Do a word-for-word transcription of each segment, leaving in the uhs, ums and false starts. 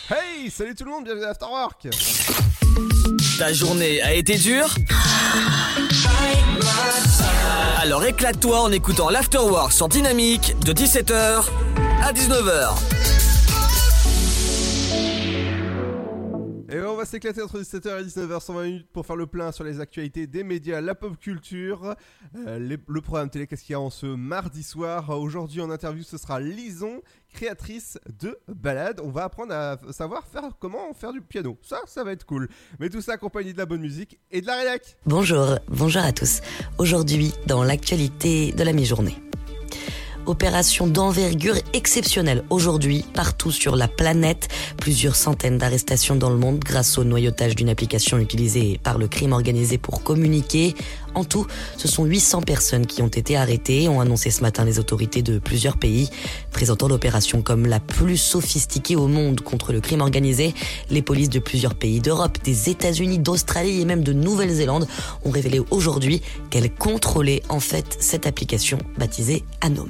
Hey, salut tout le monde, bienvenue à Afterwork. Ta journée a été dure? Alors éclate-toi en écoutant l'Afterwork sur Dynamique de dix-sept heures à dix-neuf heures. Et on va s'éclater entre dix-sept heures et dix-neuf heures, cent vingt minutes pour faire le plein sur les actualités des médias, la pop culture, euh, les, le programme télé, qu'est-ce qu'il y a en ce mardi soir. Aujourd'hui en interview, ce sera Lison, créatrice de balades. On va apprendre à savoir faire comment faire du piano. Ça, ça va être cool. Mais tout ça accompagné de la bonne musique et de la rédac. Bonjour, bonjour à tous. Aujourd'hui, dans l'actualité de la mi-journée. Opération d'envergure exceptionnelle aujourd'hui partout sur la planète. Plusieurs centaines d'arrestations dans le monde grâce au noyautage d'une application utilisée par le crime organisé pour communiquer. En tout, ce sont huit cents personnes qui ont été arrêtées, ont annoncé ce matin les autorités de plusieurs pays. Présentant l'opération comme la plus sophistiquée au monde contre le crime organisé, les polices de plusieurs pays d'Europe, des États-Unis, d'Australie et même de Nouvelle-Zélande ont révélé aujourd'hui qu'elles contrôlaient en fait cette application baptisée Anom.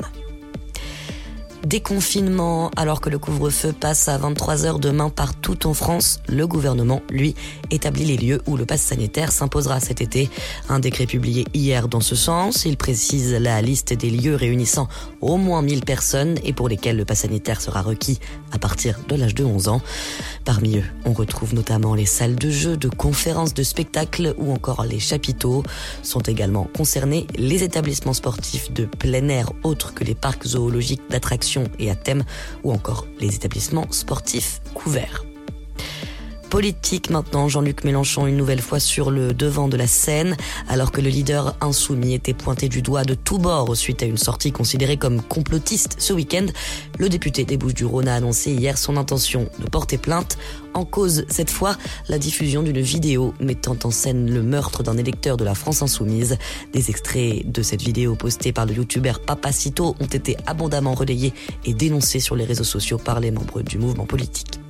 Déconfinement, alors que le couvre-feu passe à vingt-trois heures demain partout en France, le gouvernement, lui, établit les lieux où le pass sanitaire s'imposera cet été. Un décret publié hier dans ce sens, il précise la liste des lieux réunissant au moins mille personnes et pour lesquels le pass sanitaire sera requis à partir de l'âge de onze ans. Parmi eux, on retrouve notamment les salles de jeux, de conférences, de spectacles ou encore les chapiteaux. Sont également concernés les établissements sportifs de plein air autres que les parcs zoologiques d'attractions et à thème ou encore les établissements sportifs couverts. Politique maintenant, Jean-Luc Mélenchon une nouvelle fois sur le devant de la scène, alors que le leader insoumis était pointé du doigt de tous bords suite à une sortie considérée comme complotiste ce week-end. Le député des Bouches-du-Rhône a annoncé hier son intention de porter plainte. En cause, cette fois, la diffusion d'une vidéo mettant en scène le meurtre d'un électeur de la France Insoumise. Des extraits de cette vidéo postée par le youtubeur Papacito ont été abondamment relayés et dénoncés sur les réseaux sociaux par les membres du mouvement politique.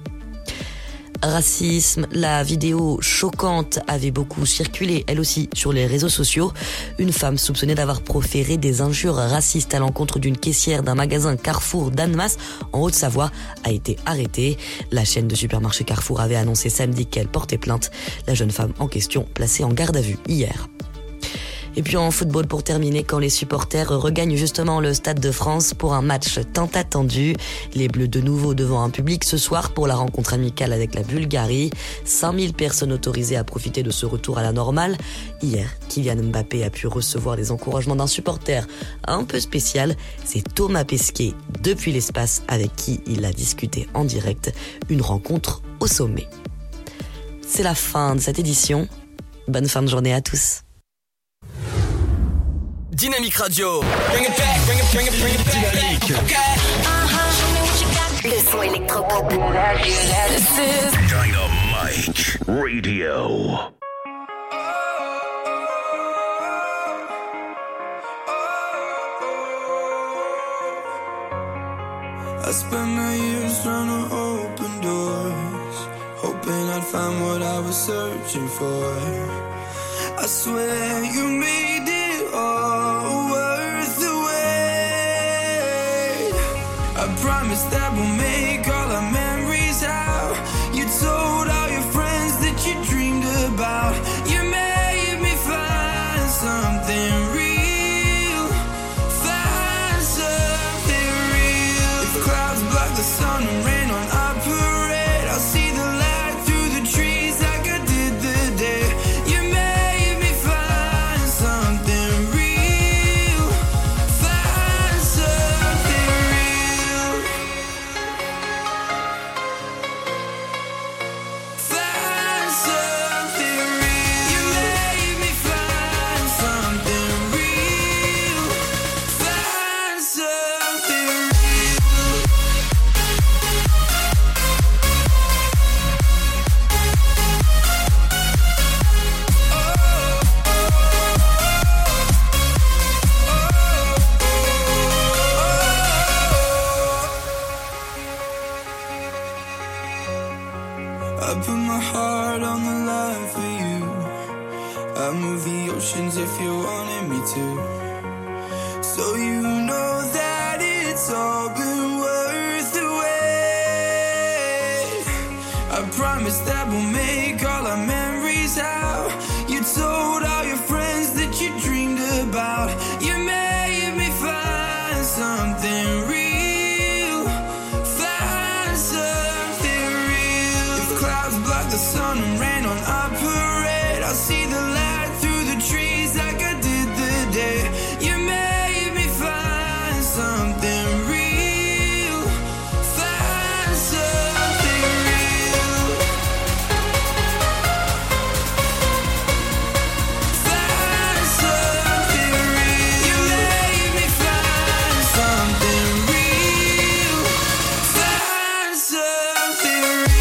Racisme, la vidéo choquante avait beaucoup circulé, elle aussi, sur les réseaux sociaux. Une femme soupçonnée d'avoir proféré des injures racistes à l'encontre d'une caissière d'un magasin Carrefour d'Annemasse, en Haute-Savoie, a été arrêtée. La chaîne de supermarché Carrefour avait annoncé samedi qu'elle portait plainte. La jeune femme en question, placée en garde à vue hier. Et puis en football pour terminer, quand les supporters regagnent justement le Stade de France pour un match tant attendu. Les Bleus de nouveau devant un public ce soir pour la rencontre amicale avec la Bulgarie. cinq mille personnes autorisées à profiter de ce retour à la normale. Hier, Kylian Mbappé a pu recevoir les encouragements d'un supporter un peu spécial. C'est Thomas Pesquet depuis l'espace avec qui il a discuté en direct. Une rencontre au sommet. C'est la fin de cette édition. Bonne fin de journée à tous. Dynamique Radio. Bring it back, bring it, bring it, bring it back. Dynamique. Okay. Uh-huh. Le son électropop. This is Dynamique Radio. I spent my years trying to open doors, hoping I'd find what I was searching for. I swear you made it all worth the wait. I promise that we'll make all our memories out. You told all your friends that you dreamed about. You made me find something real, find something real. If clouds block the sun and rain on our parade, I'll see the light through the trees like I did the day. You made me find something real, find something real, find something real. You made me find something real, find something real. I put my heart on the line for you. I move the oceans if you wanted me to. So you know that it's all been worth the wait. promise that we'll make all our memories out. You told all your friends that you dreamed about. You made me find something real. Find something real. If clouds block the sun and rain on our parade, I'll see the light through the trees like I did the day you made me find something real. Find something real. Find something real. You made me find something real. Find something real.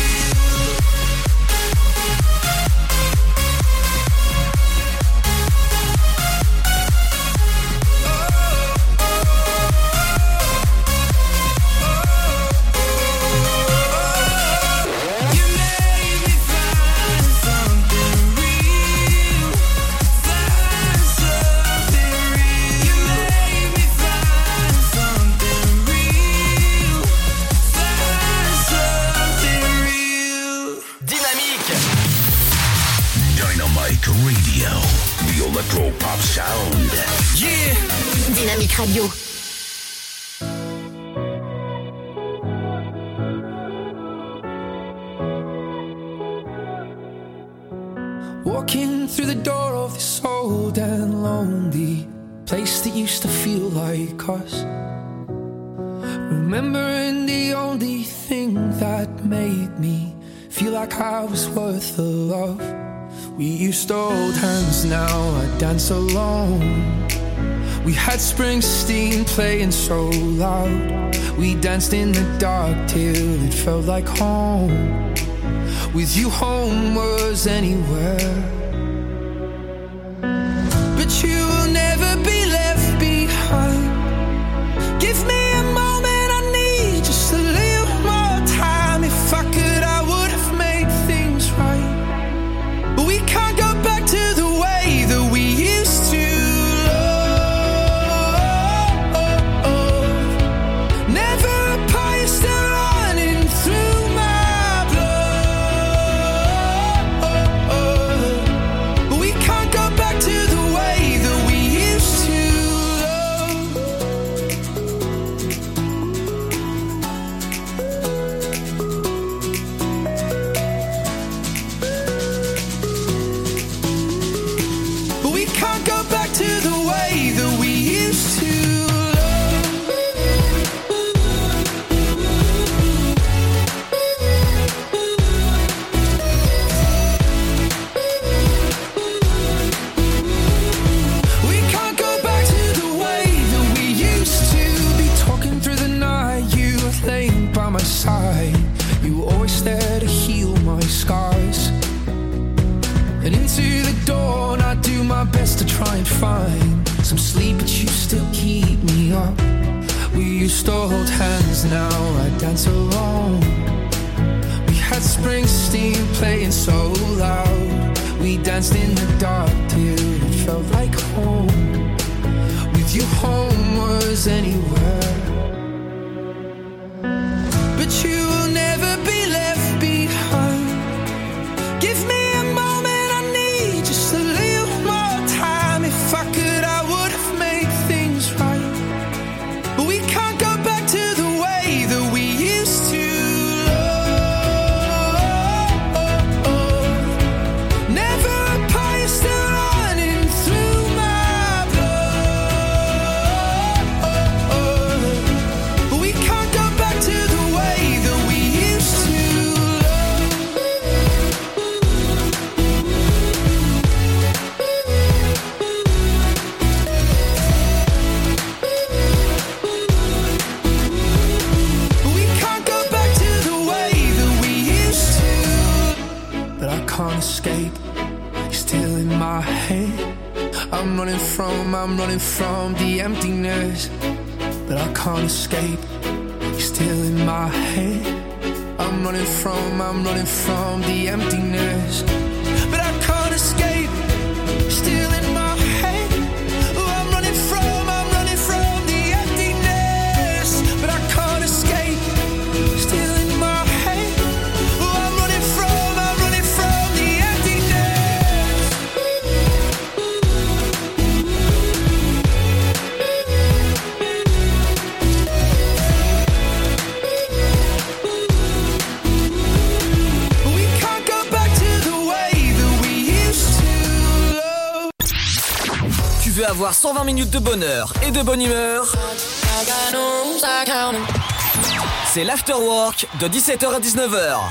You made me find something real. Find something real. You made me find something real. Find something real. Dynamique. Dynamite Radio. The electro pop sound. Yeah. Dynamique Radio. Walking through the door of this old and lonely place that used to feel like us. Remembering the only thing that made me feel like I was worth the love. We used to hold hands, now I dance alone. We had Springsteen playing so loud. We danced in the dark till it felt like home. With you, home was anywhere. But you will never be left behind. Give me a moment, I need just a little more time. If I could, I would have made things right. But we can't go back to the way that we used to love. Never apart, you're still running through my blood. But we can't go back to the way that we used to love. But we can't go back to the way that we used to We can't go back to the way that we used to be. Talking through the night, you were laying by my side. You were always there to heal my scars. And into the dawn, I do my best to try and find some sleep, but you still keep me up. We used to hold hands, now I dance alone. We had Springsteen playing so loud. We danced in the dark till it felt like home. With you, home was anywhere. But you will never be left behind. Give me a moment, I need just a little more time. If I could, I would have made things right. But we can't go back to the way that we used to love. Never apart, you're still running through my blood. But we can't go back to the way that we used to love. But we can't go back to the way that we used to. But I can't escape, you're still in my head. I'm running from, I'm running from the emptiness. But I can't escape, you're still in my head. I'm running from, I'm running from the emptiness. But I can't escape, you're still in my head. Oh, I'm running from, I'm running from the emptiness. But I can't escape, still in my head. Oh, I'm running from avoir cent vingt minutes de bonheur et de bonne humeur, c'est l'Afterwork de dix-sept heures à dix-neuf heures.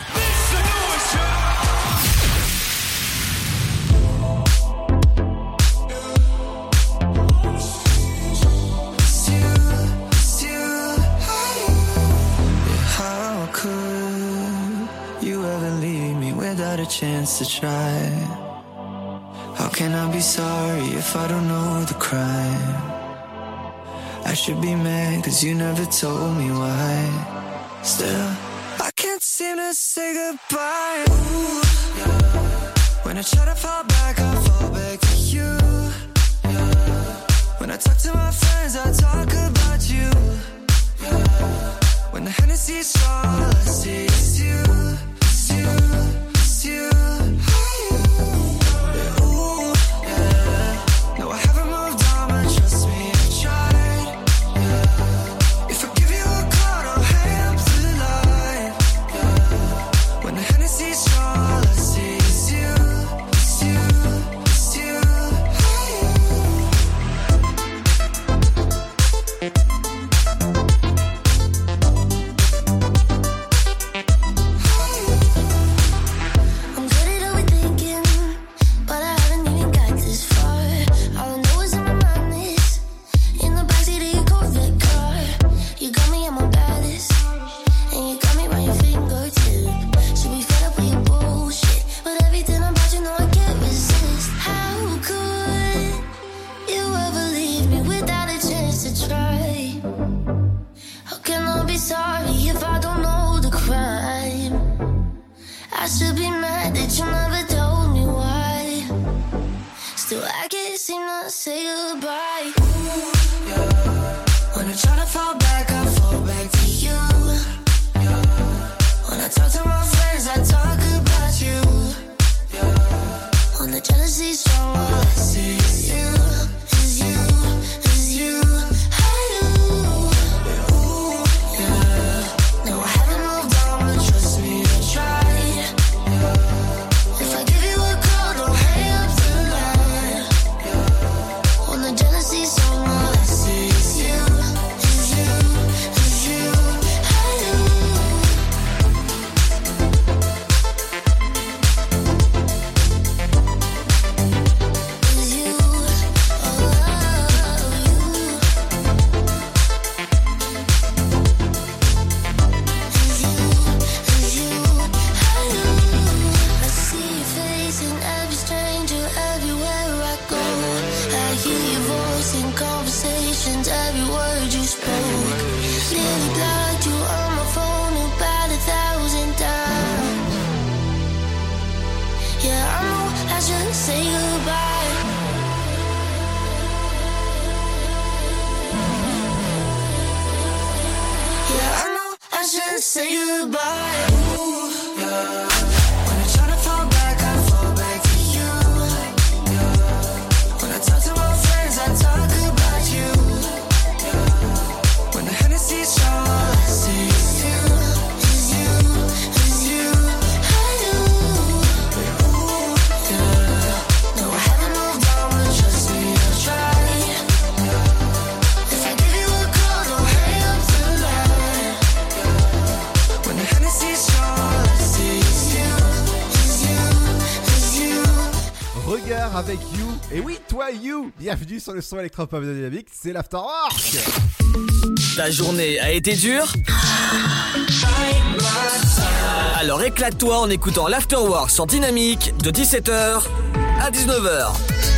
How could you ever leave me without a chance to try? How can I be sorry if I don't know the crime? I should be mad cause you never told me why. Still, I can't seem to say goodbye. Ooh, yeah. When I try to fall back, I fall back to you. Yeah. When I talk to my friends, I talk about you. Yeah. When the Hennessy's strong, all I see is you, it's you, it's you. Yeah, ooh, yeah. No, I haven't moved on, but trust me, I tried. Yeah. If I give you a call, don't hang up the line. Yeah. When the Hennessy's strong, all I see is you, it's you, it's you. I'm good at overthinking, but I haven't even got this far. All I know is in my mind is in the backseat of your Corvette car. You got me at my baddest, and you got me by your fingertip. Should be fed up with your bullshit, but everything about you know I can't resist. How could you ever leave me without a chance to try? How can I be sorry if I don't know the crime? I should be mad that you never told me why. Still, I can't seem to say goodbye. Ooh, yeah. When I try to fall back, I fall back to you. Yeah. When I talk to my friends, I talk about you. Yeah. When the jealousy's strong, all I see is you, is you, is you. I do. Yeah, ooh, yeah. No, I haven't moved on, but trust me, I tried. Yeah. If I give you a call, don't hang up the line. Yeah. When the jealousy's strong, all I see is you, is you, is you. I do. Is you, oh, you. Is you, is you. I do. I see your face in every stranger everywhere I go. I hear your voice in conversations, every word you spoke. Nearly blocked you on my phone about a thousand times. Yeah, I know I should say goodbye. Yeah, I know I should say goodbye. Ooh, yeah. When I try to fall back, I fall back to you. Yeah. When I talk to my friends, I talk about you. Yeah. When the Hennessy's strong, all I see is you, is you, is you. I do. Ooh, yeah. No, I haven't moved on, but trust me, I tried. If I give you a call, don't hang up the line. When the Hennessy's strong, all I see is you, is you, is you. Regard avec You. Et oui, toi You. Bienvenue sur le son électropop de Dynamique, c'est l'Afterwork. Ta journée a été dure? Alors éclate-toi en écoutant l'Afterwork sur Dynamique de dix-sept heures à dix-neuf heures.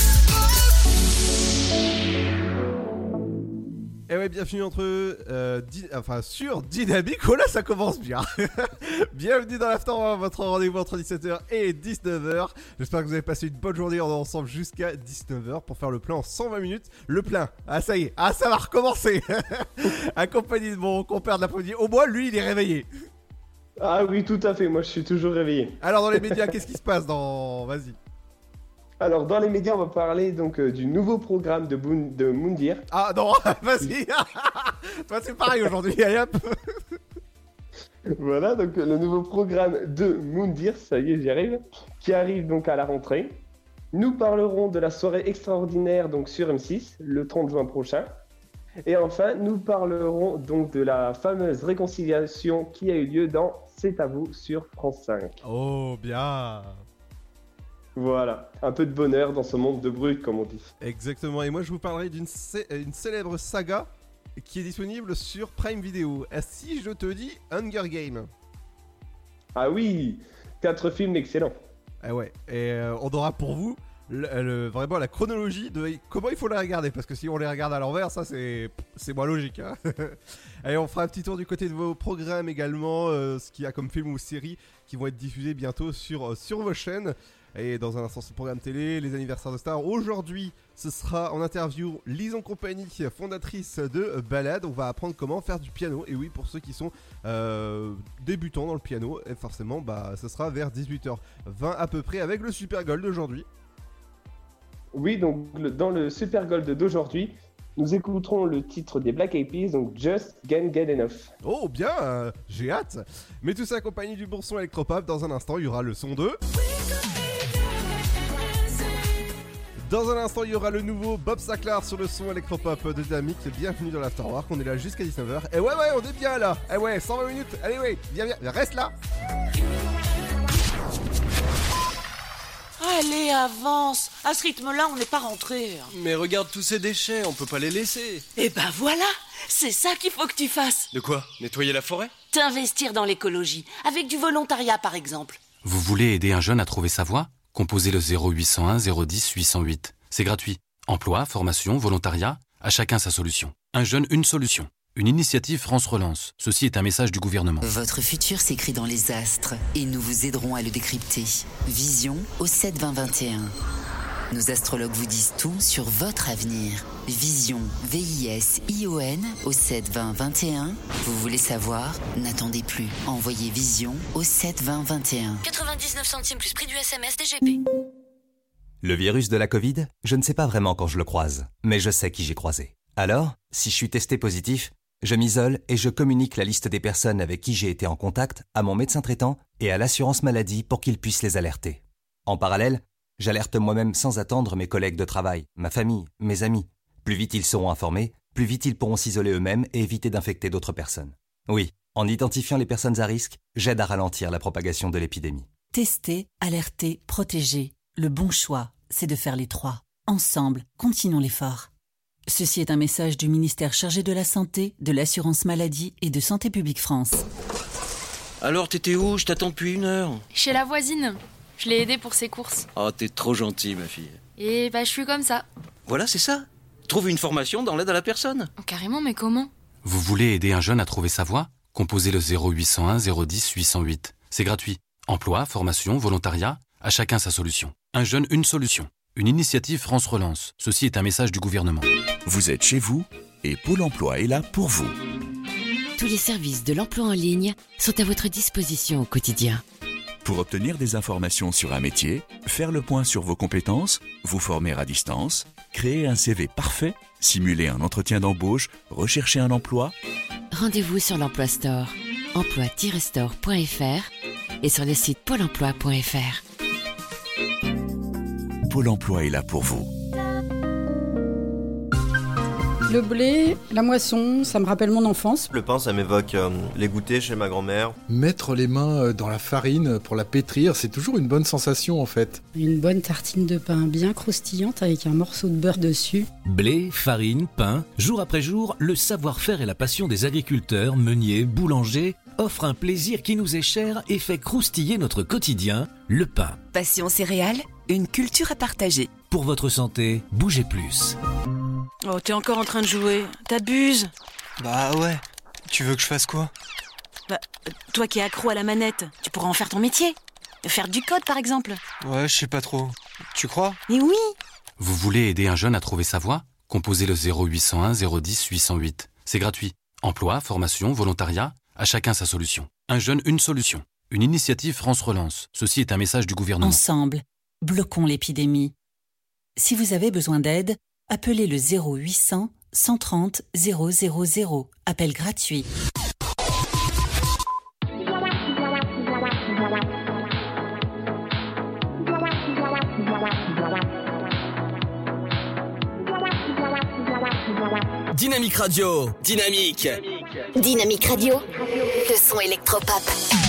Et ouais, bienvenue entre euh, di- enfin sur Dynamique. Oh là, ça commence bien. Bienvenue dans l'Afterwork, votre rendez-vous entre dix-sept heures et dix-neuf heures. J'espère que vous avez passé une bonne journée. On est ensemble jusqu'à dix-neuf heures pour faire le plein en cent vingt minutes. Le plein, ah ça y est, ah ça va recommencer. Accompagné de mon compère de l'après-midi. Au moins, lui, il est réveillé. Ah oui, tout à fait, moi je suis toujours réveillé. Alors dans les médias, qu'est-ce qui se passe dans... Vas-y. Alors dans les médias, on va parler donc euh, du nouveau programme de, Boon- de Moundir. Ah non, vas-y. Toi c'est pareil aujourd'hui, allez hop. Voilà, donc euh, le nouveau programme de Moundir, ça y est, j'y arrive, qui arrive donc à la rentrée. Nous parlerons de la soirée extraordinaire donc sur M six le trente juin prochain. Et enfin, nous parlerons donc de la fameuse réconciliation qui a eu lieu dans C'est à vous sur France cinq. Oh, bien. Voilà, un peu de bonheur dans ce monde de brut, comme on dit. Exactement, et moi je vous parlerai d'une cé- une célèbre saga qui est disponible sur Prime Video. Et si je te dis Hunger Games. Ah oui, quatre films excellents. Ah ouais, et euh, on aura pour vous le, le- vraiment la chronologie de comment il faut les regarder, parce que si on les regarde à l'envers, ça c'est, c'est moins logique. Hein. Allez, on fera un petit tour du côté de vos programmes également, euh, ce qu'il y a comme films ou séries qui vont être diffusés bientôt sur, euh, sur vos chaînes. Et dans un instant, c'est le programme télé, les anniversaires de stars. Aujourd'hui, ce sera en interview Lison Compagnie, fondatrice de Balade. On va apprendre comment faire du piano. Et oui, pour ceux qui sont euh, débutants dans le piano, et forcément, bah, ce sera vers dix-huit heures vingt à peu près avec le Super Gold d'aujourd'hui. Oui, donc le- dans le Super Gold d'aujourd'hui, nous écouterons le titre des Black Eyed Peas, donc Just Can't Get Enough. Oh, bien, euh, j'ai hâte. Mais tout ça accompagné du bon son électropop. Dans un instant, il y aura le son de... Dans un instant, il y aura le nouveau Bob Sinclair sur le son électropop de Dynamique. Bienvenue dans l'Afterwork, on est là jusqu'à dix-neuf heures. Et ouais, ouais, on est bien là. Et ouais, cent vingt minutes. Allez, ouais, viens, viens, reste là. Allez, avance. À ce rythme-là, on n'est pas rentré. Mais regarde tous ces déchets, on peut pas les laisser. Eh ben voilà, c'est ça qu'il faut que tu fasses. De quoi? Nettoyer la forêt? T'investir dans l'écologie, avec du volontariat par exemple. Vous voulez aider un jeune à trouver sa voie? Composez le zéro huit cent un zéro dix huit cent huit. C'est gratuit. Emploi, formation, volontariat, à chacun sa solution. Un jeune, une solution. Une initiative France Relance. Ceci est un message du gouvernement. Votre futur s'écrit dans les astres et nous vous aiderons à le décrypter. Vision au sept vingt vingt et un. Nos astrologues vous disent tout sur votre avenir. Vision, V I S I O N au sept vingt vingt et un. Vous voulez savoir? N'attendez plus. Envoyez Vision au sept vingt vingt et un. quatre-vingt-dix-neuf centimes plus prix du S M S D G P. Le virus de la Covid, je ne sais pas vraiment quand je le croise, mais je sais qui j'ai croisé. Alors, si je suis testé positif, je m'isole et je communique la liste des personnes avec qui j'ai été en contact à mon médecin traitant et à l'assurance maladie pour qu'ils puissent les alerter. En parallèle, j'alerte moi-même sans attendre mes collègues de travail, ma famille, mes amis. Plus vite ils seront informés, plus vite ils pourront s'isoler eux-mêmes et éviter d'infecter d'autres personnes. Oui, en identifiant les personnes à risque, j'aide à ralentir la propagation de l'épidémie. Tester, alerter, protéger. Le bon choix, c'est de faire les trois. Ensemble, continuons l'effort. Ceci est un message du ministère chargé de la Santé, de l'Assurance Maladie et de Santé Publique France. Alors, t'étais où? Je t'attends depuis une heure. Chez la voisine. Je l'ai aidée pour ses courses. Oh, t'es trop gentille, ma fille. Et bah, je suis comme ça. Voilà, c'est ça. Trouve une formation dans l'aide à la personne. Oh, carrément, mais comment? Vous voulez aider un jeune à trouver sa voie? Composez le zéro huit cent un zéro dix huit cent huit. C'est gratuit. Emploi, formation, volontariat, à chacun sa solution. Un jeune, une solution. Une initiative France Relance. Ceci est un message du gouvernement. Vous êtes chez vous et Pôle emploi est là pour vous. Tous les services de l'emploi en ligne sont à votre disposition au quotidien. Pour obtenir des informations sur un métier, faire le point sur vos compétences, vous former à distance, créer un C V parfait, simuler un entretien d'embauche, rechercher un emploi. Rendez-vous sur l'Emploi Store, emploi tiret store point f r et sur le site pôle emploi point f r. Pôle emploi est là pour vous. Le blé, la moisson, ça me rappelle mon enfance. Le pain, ça m'évoque euh, les goûters chez ma grand-mère. Mettre les mains dans la farine pour la pétrir, c'est toujours une bonne sensation en fait. Une bonne tartine de pain bien croustillante avec un morceau de beurre dessus. Blé, farine, pain, jour après jour, le savoir-faire et la passion des agriculteurs, meuniers, boulangers offrent un plaisir qui nous est cher et fait croustiller notre quotidien, le pain. Passion céréales, une culture à partager. Pour votre santé, bougez plus. Oh, t'es encore en train de jouer. T'abuses. Bah ouais. Tu veux que je fasse quoi? Bah, toi qui es accro à la manette, tu pourras en faire ton métier. Faire du code, par exemple. Ouais, je sais pas trop. Tu crois? Mais oui. Vous voulez aider un jeune à trouver sa voie? Composez le zéro huit cent un zéro dix huit cent huit. C'est gratuit. Emploi, formation, volontariat, à chacun sa solution. Un jeune, une solution. Une initiative France Relance. Ceci est un message du gouvernement. Ensemble, bloquons l'épidémie. Si vous avez besoin d'aide, appelez le zéro huit cents cent trente zéro zéro zéro. Appel gratuit. Dynamique Radio. Dynamique. Dynamique Radio, le son électropop.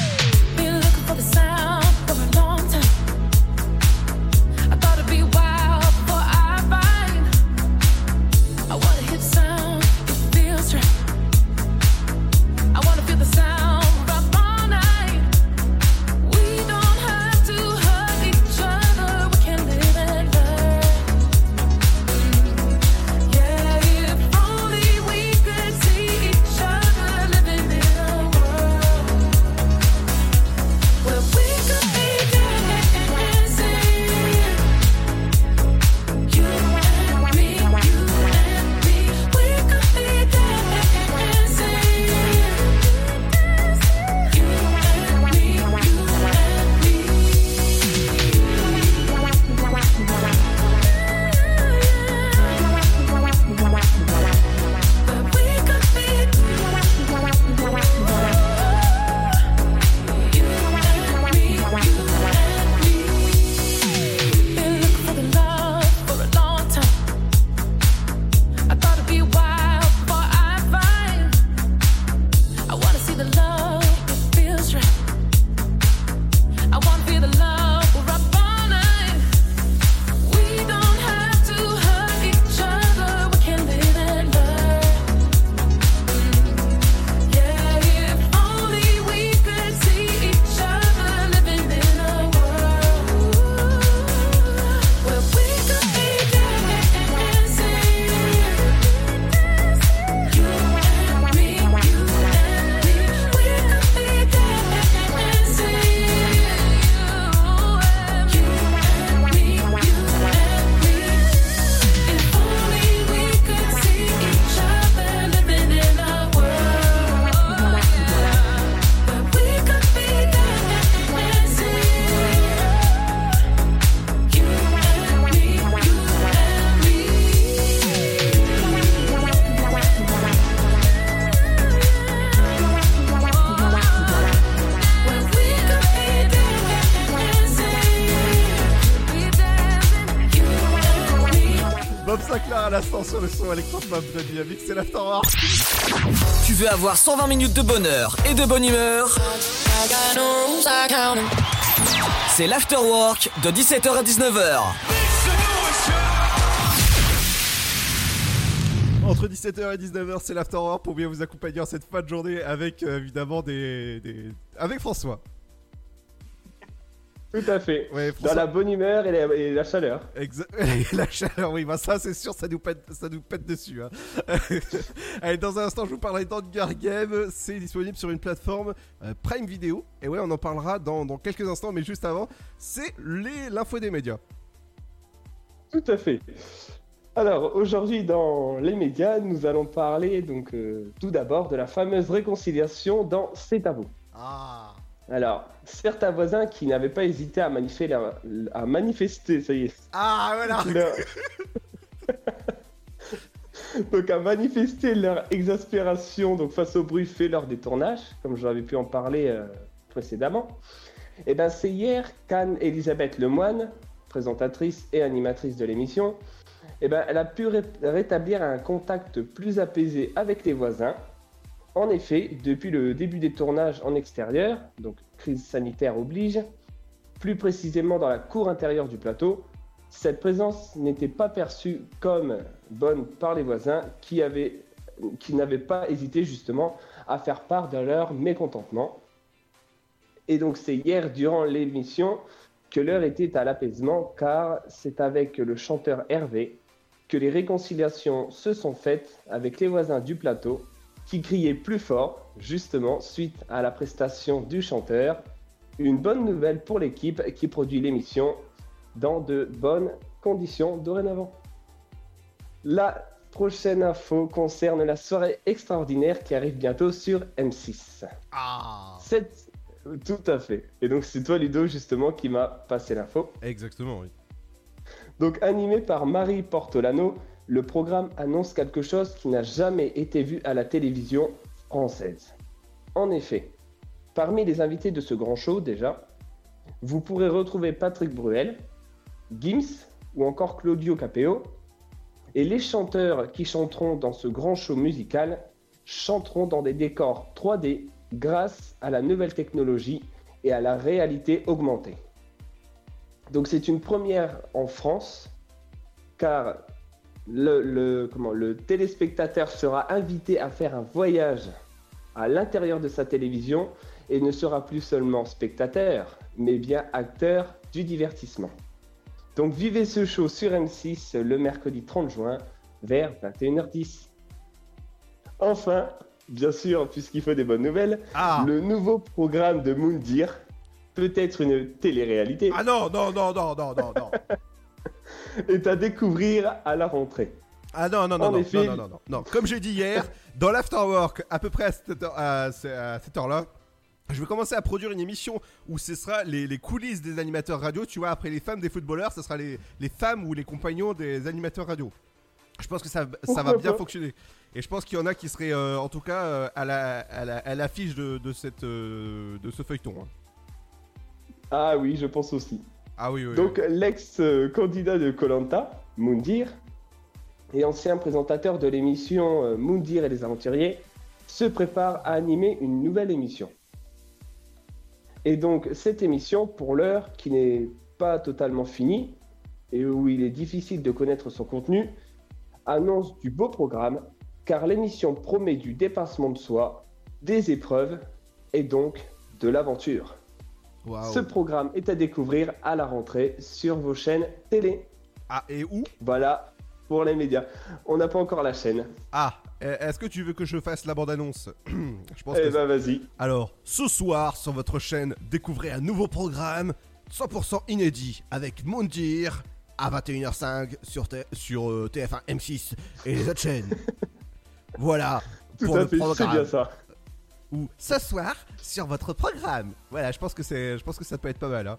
Sur le son électropop de Dynamique, c'est l'Afterwork. Tu veux avoir cent vingt minutes de bonheur et de bonne humeur? C'est l'Afterwork de dix-sept heures à dix-neuf heures. Entre dix-sept heures et dix-neuf heures, c'est l'Afterwork pour bien vous accompagner en cette fin de journée avec euh, évidemment des, des... avec François. Tout à fait. Ouais, dans la bonne humeur et la, et la chaleur. Exact. La chaleur, oui, bah ça c'est sûr, ça nous pète, ça nous pète dessus. Hein. Allez, dans un instant, je vous parlerai d'Hunger Game. C'est disponible sur une plateforme euh, Prime Video. Et ouais, on en parlera dans, dans quelques instants, mais juste avant, c'est les, l'info des médias. Tout à fait. Alors, aujourd'hui, dans les médias, nous allons parler donc euh, tout d'abord de la fameuse réconciliation dans C'est à vous. Ah. Alors, certains voisins qui n'avaient pas hésité à manifester, leur, à manifester, ça y est. Ah, voilà. Leur... donc, à manifester leur exaspération donc, face au bruit fait lors des tournages, comme j'avais pu en parler euh, précédemment. Et bien, c'est hier qu'Anne-Elisabeth Lemoine, présentatrice et animatrice de l'émission, et ben, elle a pu ré- rétablir un contact plus apaisé avec les voisins. En effet, depuis le début des tournages en extérieur, donc crise sanitaire oblige, plus précisément dans la cour intérieure du plateau, cette présence n'était pas perçue comme bonne par les voisins qui, avaient, qui n'avaient pas hésité justement à faire part de leur mécontentement. Et donc c'est hier durant l'émission que l'heure était à l'apaisement, car c'est avec le chanteur Hervé que les réconciliations se sont faites avec les voisins du plateau, qui criait plus fort, justement, suite à la prestation du chanteur. Une bonne nouvelle pour l'équipe qui produit l'émission dans de bonnes conditions dorénavant. La prochaine info concerne la soirée extraordinaire qui arrive bientôt sur M six. Ah. Cette... Tout à fait. Et donc c'est toi, Ludo, justement, qui m'a passé l'info. Exactement, oui. Donc animé par Marie Portolano, le programme annonce quelque chose qui n'a jamais été vu à la télévision française. En effet, parmi les invités de ce grand show déjà, vous pourrez retrouver Patrick Bruel, Gims ou encore Claudio Capéo. Et les chanteurs qui chanteront dans ce grand show musical chanteront dans des décors trois D grâce à la nouvelle technologie et à la réalité augmentée. Donc c'est une première en France, car le, le, comment, le téléspectateur sera invité à faire un voyage à l'intérieur de sa télévision et ne sera plus seulement spectateur, mais bien acteur du divertissement. Donc vivez ce show sur M six le mercredi trente juin vers vingt et une heures dix. Enfin, bien sûr, puisqu'il faut des bonnes nouvelles, ah. le nouveau programme de Moundir peut être une télé-réalité. Ah non, non, non, non, non, non, non. est à découvrir à la rentrée. Ah non, non, non, non, effet... non, non, non, non, non. Comme j'ai dit hier, dans l'Afterwork, à peu près à cette, heure, à cette heure-là, je vais commencer à produire une émission où ce sera les, les coulisses des animateurs radio. Tu vois, après les femmes des footballeurs, ce sera les, les femmes ou les compagnons des animateurs radio. Je pense que ça, ça va bien fonctionner. Et je pense qu'il y en a qui seraient, euh, en tout cas, euh, à, la, à, la, à l'affiche de, de, cette, euh, de ce feuilleton. Hein. Ah oui, je pense aussi. Ah oui, oui. Donc, oui. l'ex-candidat de Koh-Lanta, Moundir, et ancien présentateur de l'émission euh, Moundir et les Aventuriers, se prépare à animer une nouvelle émission. Et donc, cette émission, pour l'heure, qui n'est pas totalement finie, et où il est difficile de connaître son contenu, annonce du beau programme, car l'émission promet du dépassement de soi, des épreuves, et donc de l'aventure. Wow. Ce programme est à découvrir à la rentrée sur vos chaînes télé. Ah, et où ? Voilà, pour les médias. On n'a pas encore la chaîne. Ah, est-ce que tu veux que je fasse la bande-annonce ? Je pense Eh que ben vas-y. Alors, ce soir, sur votre chaîne, découvrez un nouveau programme cent pour cent inédit avec Moundir à vingt et une heures cinq sur, T- sur euh, T F un M six et les autres chaînes. Voilà, tout pour à le fait, programme. C'est bien ça. Ou ce soir sur votre programme. Voilà, je pense que c'est, je pense que ça peut être pas mal. Hein.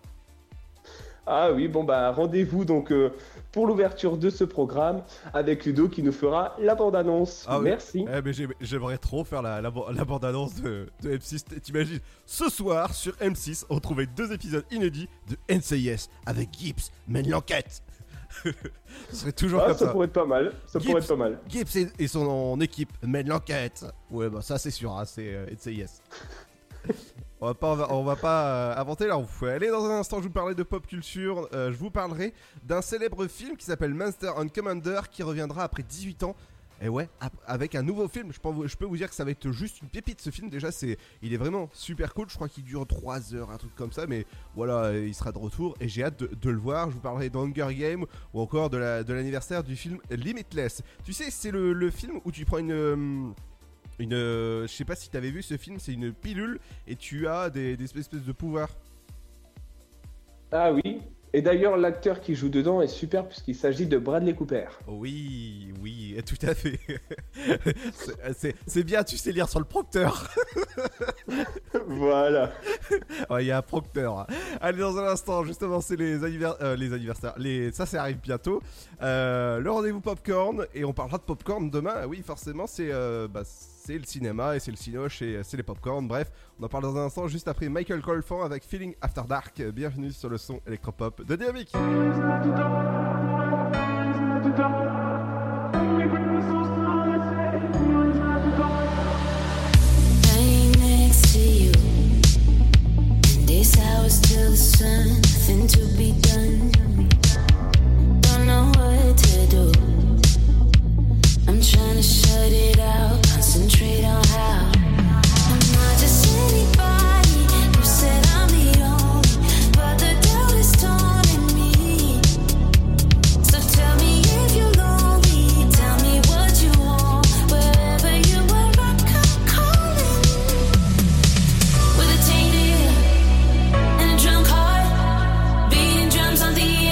Ah oui, bon bah rendez-vous donc euh, pour l'ouverture de ce programme avec Ludo qui nous fera la bande-annonce. Ah, Merci. Oui. Eh, mais j'aimerais trop faire la, la, la bande-annonce de, de M six. T'imagines, ce soir sur M six, on trouvait deux épisodes inédits de N C I S avec Gibbs mène l'enquête. Ce serait toujours ah, comme ça. Ça pourrait être pas mal. Ça Gibbs, pourrait être pas mal. Gibbs et, et son équipe mènent l'enquête. Ouais, bah ça c'est sûr, hein, c'est euh, N C I S. On va pas, on va, on va pas euh, inventer la roue. Allez, dans un instant, je vous parlerai de pop culture. Euh, je vous parlerai d'un célèbre film qui s'appelle Master and Commander qui reviendra après dix-huit ans. Et ouais, avec un nouveau film. Je peux, vous, je peux vous dire que ça va être juste une pépite ce film. Déjà, c'est, il est vraiment super cool. Je crois qu'il dure trois heures, un truc comme ça. Mais voilà, il sera de retour et j'ai hâte de, de le voir. Je vous parlerai d'Hunger Games ou encore de, la, de l'anniversaire du film Limitless. Tu sais, c'est le, le film où tu prends une. Euh, Une, euh, je sais pas si t'avais vu ce film, c'est une pilule et tu as des, des espèces de pouvoirs. Ah oui, et d'ailleurs l'acteur qui joue dedans est super puisqu'il s'agit de Bradley Cooper. Oui, oui, tout à fait. c'est, c'est, c'est bien, tu sais lire sur le prompteur. Voilà. Il ouais, y a un prompteur. Allez, dans un instant, justement, c'est les, anniver- euh, les anniversaires. Les... Ça, ça arrive bientôt. Euh, le rendez-vous popcorn, et on parlera de popcorn demain. Oui, forcément, c'est... Euh, bah, c'est le cinéma et c'est le cinoche et c'est les popcorn. Bref, on en parle dans un instant juste après Michael Colfan avec Feeling After Dark. Bienvenue sur le son électropop de Dynamique. Till the sun, nothing to be done. Don't know what to do. I'm trying to shut it out, concentrate on how. I'm not just anybody. You said I'm the only, but the doubt is taunting me. So tell me if you're lonely. Tell me what you want. Wherever you are, I come calling. With a tainted and a drunk heart, beating drums on the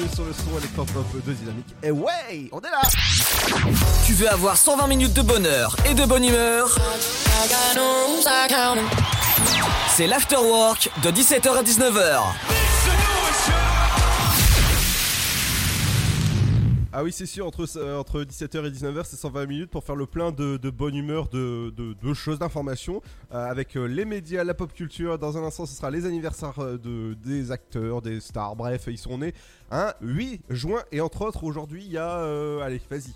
sur le son électropop de Dynamique. Et ouais, on est là. Tu veux avoir cent vingt minutes de bonheur et de bonne humeur? C'est l'Afterwork de dix-sept heures à dix-neuf heures. Ah oui, c'est sûr, entre, euh, entre dix-sept heures et dix-neuf heures, c'est cent vingt minutes pour faire le plein de, de bonne humeur, de, de, de choses, d'informations, euh, avec euh, les médias, la pop culture. Dans un instant, ce sera les anniversaires euh, de, des acteurs, des stars, bref, ils sont nés un huit juin. Et entre autres, aujourd'hui, il y a... Euh, allez, vas-y.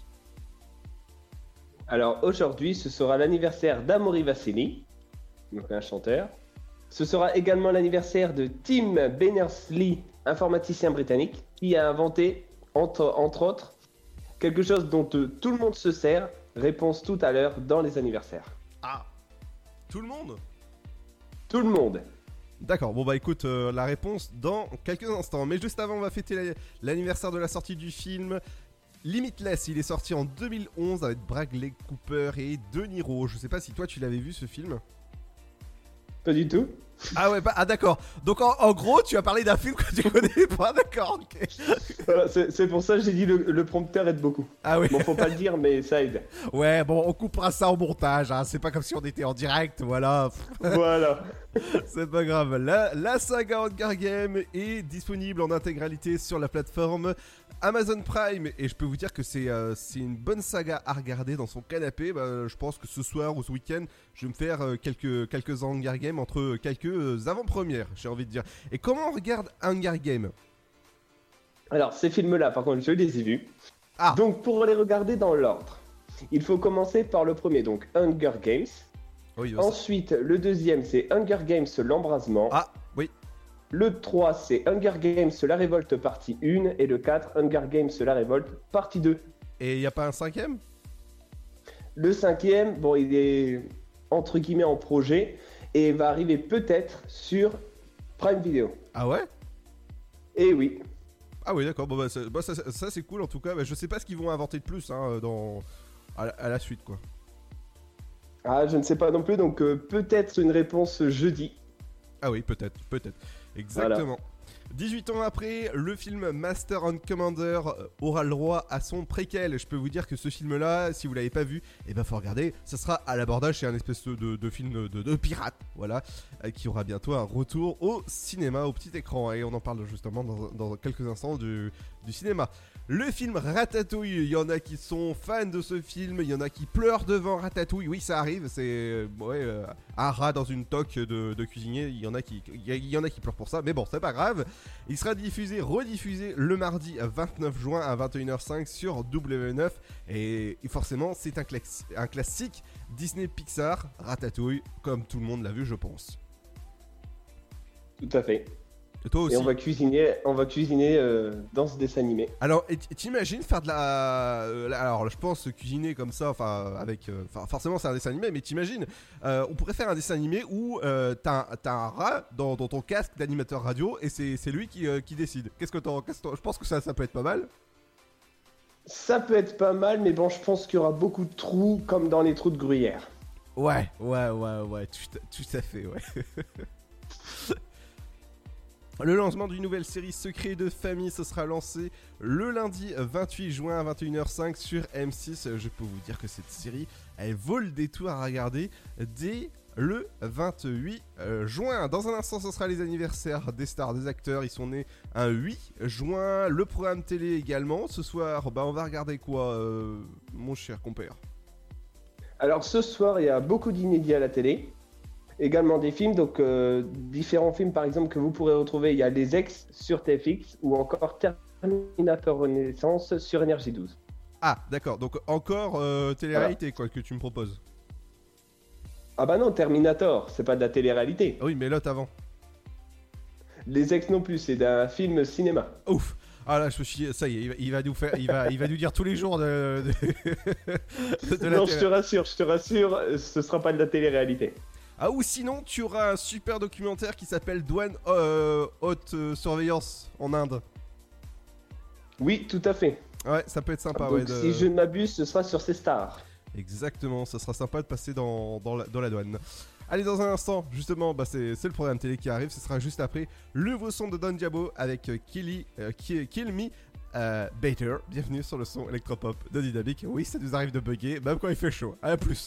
Alors aujourd'hui, ce sera l'anniversaire d'Amaury Vassili, donc un chanteur. Ce sera également l'anniversaire de Tim Berners-Lee, informaticien britannique, qui a inventé... Entre, entre autres, quelque chose dont euh, tout le monde se sert. Réponse tout à l'heure dans les anniversaires. Ah, tout le monde? Tout le monde. D'accord, bon bah écoute, euh, la réponse dans quelques instants. Mais juste avant, on va fêter la, l'anniversaire de la sortie du film Limitless. Il est sorti en deux mille onze avec Bradley Cooper et De Niro. Je sais pas si toi tu l'avais vu ce film. Pas du tout. Ah ouais, bah, ah d'accord. Donc en, en gros, tu as parlé d'un film que tu connais pas, d'accord, ok. Voilà, c'est, c'est pour ça que j'ai dit le, le prompteur aide beaucoup. Ah oui. Bon, faut pas le dire, mais ça aide. Ouais, bon, on coupera ça au montage, hein. C'est pas comme si on était en direct, voilà. Voilà. C'est pas grave. La, la saga Hunger Games est disponible en intégralité sur la plateforme Amazon Prime. Et je peux vous dire que c'est, euh, c'est une bonne saga à regarder dans son canapé. Bah, je pense que ce soir ou ce week-end, je vais me faire euh, quelques, quelques Hunger Games entre quelques euh, avant-premières, j'ai envie de dire. Et comment on regarde Hunger Games? Alors, ces films-là, par contre, je les ai vus. Ah. Donc, pour les regarder dans l'ordre, il faut commencer par le premier, donc Hunger Games. Oui, Ensuite, le deuxième, c'est Hunger Games, l'embrasement. Ah, oui. Le trois, c'est Hunger Games, la révolte partie un. Et le quatre, Hunger Games, la révolte partie deux. Et il n'y a pas un cinquième? Le cinquième, bon, il est entre guillemets en projet et va arriver peut-être sur Prime Video. Ah ouais? Eh oui. Ah oui, d'accord. Bon, bah, ça, bah, ça, ça, ça, c'est cool en tout cas. Bah, je sais pas ce qu'ils vont inventer de plus hein, dans... à, la, à la suite, quoi. Ah, je ne sais pas non plus, donc euh, peut-être une réponse jeudi. Ah oui, peut-être, peut-être. Exactement. Voilà. dix-huit ans après, le film Master and Commander aura le droit à son préquel. Je peux vous dire que ce film-là, si vous l'avez pas vu, eh ben faut regarder. Ça sera à l'abordage, c'est un espèce de, de film de, de pirate, voilà, qui aura bientôt un retour au cinéma, au petit écran. Et on en parle justement dans, dans quelques instants du, du cinéma. Le film Ratatouille, il y en a qui sont fans de ce film, il y en a qui pleurent devant Ratatouille. Oui, ça arrive, c'est ouais, euh, un rat dans une toque de, de cuisinier. Il y en a qui, il y en a qui pleurent pour ça, mais bon, c'est pas grave. Il sera diffusé, rediffusé le mardi vingt-neuf juin à vingt et une heures cinq sur W neuf. Et forcément, c'est un, classi- un classique Disney Pixar, Ratatouille, comme tout le monde l'a vu, je pense. Tout à fait. Et toi aussi. Et on va cuisiner, on va cuisiner euh, dans ce dessin animé. Alors, et t'imagines faire de la, euh, alors je pense cuisiner comme ça, enfin avec, enfin euh, forcément c'est un dessin animé, mais t'imagines, euh, on pourrait faire un dessin animé où euh, t'as, un, t'as un rat dans, dans ton casque d'animateur radio et c'est, c'est lui qui, euh, qui décide. Qu'est-ce que t'en, qu'est-ce que t'en, je pense que ça, ça peut être pas mal. Ça peut être pas mal, mais bon, je pense qu'il y aura beaucoup de trous comme dans les trous de Gruyère. Ouais, ouais, ouais, ouais, tout, tout à fait, ouais. Le lancement d'une nouvelle série Secret de famille, ce sera lancé le lundi vingt-huit juin à vingt et une heures cinq sur M six. Je peux vous dire que cette série, elle vaut le détour à regarder dès le vingt-huit juin. Dans un instant, ce sera les anniversaires des stars, des acteurs. Ils sont nés un huit juin. Le programme télé également. Ce soir, bah, on va regarder quoi, euh, mon cher compère? Alors ce soir, il y a beaucoup d'inédits à la télé. Également des films, donc euh, différents films par exemple que vous pourrez retrouver. Il y a Les Ex sur T F X ou encore Terminator Renaissance sur Énergie douze. Ah d'accord, donc encore euh, télé-réalité voilà. Quoi que tu me proposes. Ah bah non, Terminator, c'est pas de la télé-réalité. Ah oui, mais l'autre avant. Les Ex non plus, c'est d'un film cinéma. Ouf. Ah là, je me suis... ça y est, il va, il va nous faire, il va, il va nous dire tous les jours de. de, de non, je te rassure, je te rassure, ce sera pas de la télé-réalité. Ah ou sinon, tu auras un super documentaire qui s'appelle Douane euh, Haute euh, Surveillance en Inde. Oui, tout à fait. Ouais, ça peut être sympa. Donc, ouais, de... si je ne m'abuse, ce sera sur ces stars. Exactement, ça sera sympa de passer dans, dans, la, dans la douane. Allez, dans un instant, justement, bah c'est, c'est le programme télé qui arrive. Ce sera juste après le nouveau son de Don Diablo avec euh, Killy, euh, Kill Me euh, Better, bienvenue sur le son électropop de Dynamique. Oui, ça nous arrive de bugger, même quand il fait chaud. À plus.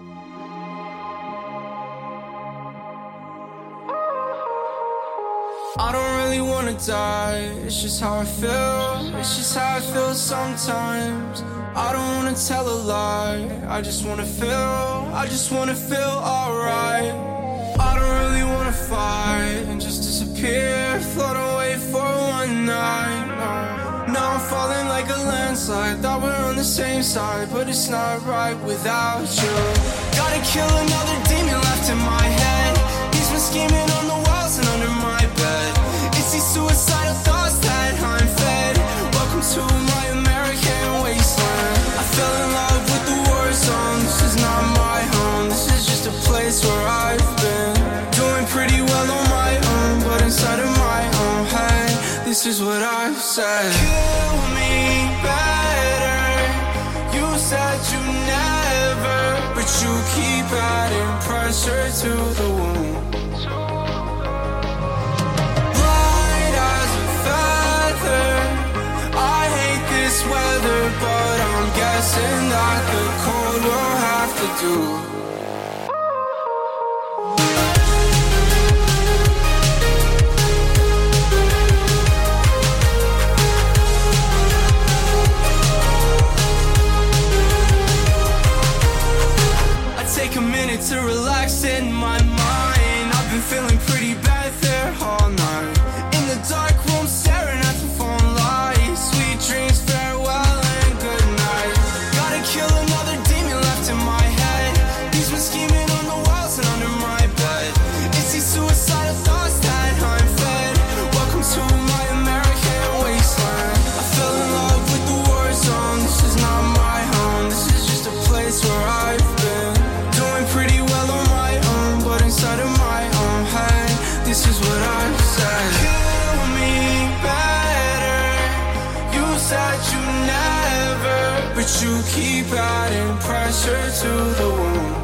I don't really wanna die, it's just how I feel, it's just how I feel sometimes. I don't wanna tell a lie, I just wanna feel, I just wanna feel alright. I don't really wanna fight and just disappear, float away for one night. No. Now I'm falling like a landslide, thought we're on the same side, but it's not right without you. Gotta kill another demon left in my head, he's been scheming on the walls and under my bed. It's these suicidal thoughts that I'm fed. Welcome to my American wasteland. I fell in love with the war zone. This is not my home, this is just a place where I've been. Doing pretty well on my own, but inside of my own head, this is what I've said. Kill me better. You said you never, but you keep adding pressure to the wound. I hate this weather, but I'm guessing that the cold will have to do. I take a minute to relax in my mind. I've been feeling pretty bad there all night. In the dark room staring at the phone lights. Sweet dreams, farewell and good night. Gotta kill another demon left in my head. He's been scheming on the walls and under my bed. It's these suicidal thoughts that I'm fed. Welcome to my American wasteland. I fell in love with the war zone. This is not my home, this is just a place where I've been. Doing pretty well on my own, but inside of my own head, this is what I've said. Kill me better. You said you never, but you keep adding pressure to the wound.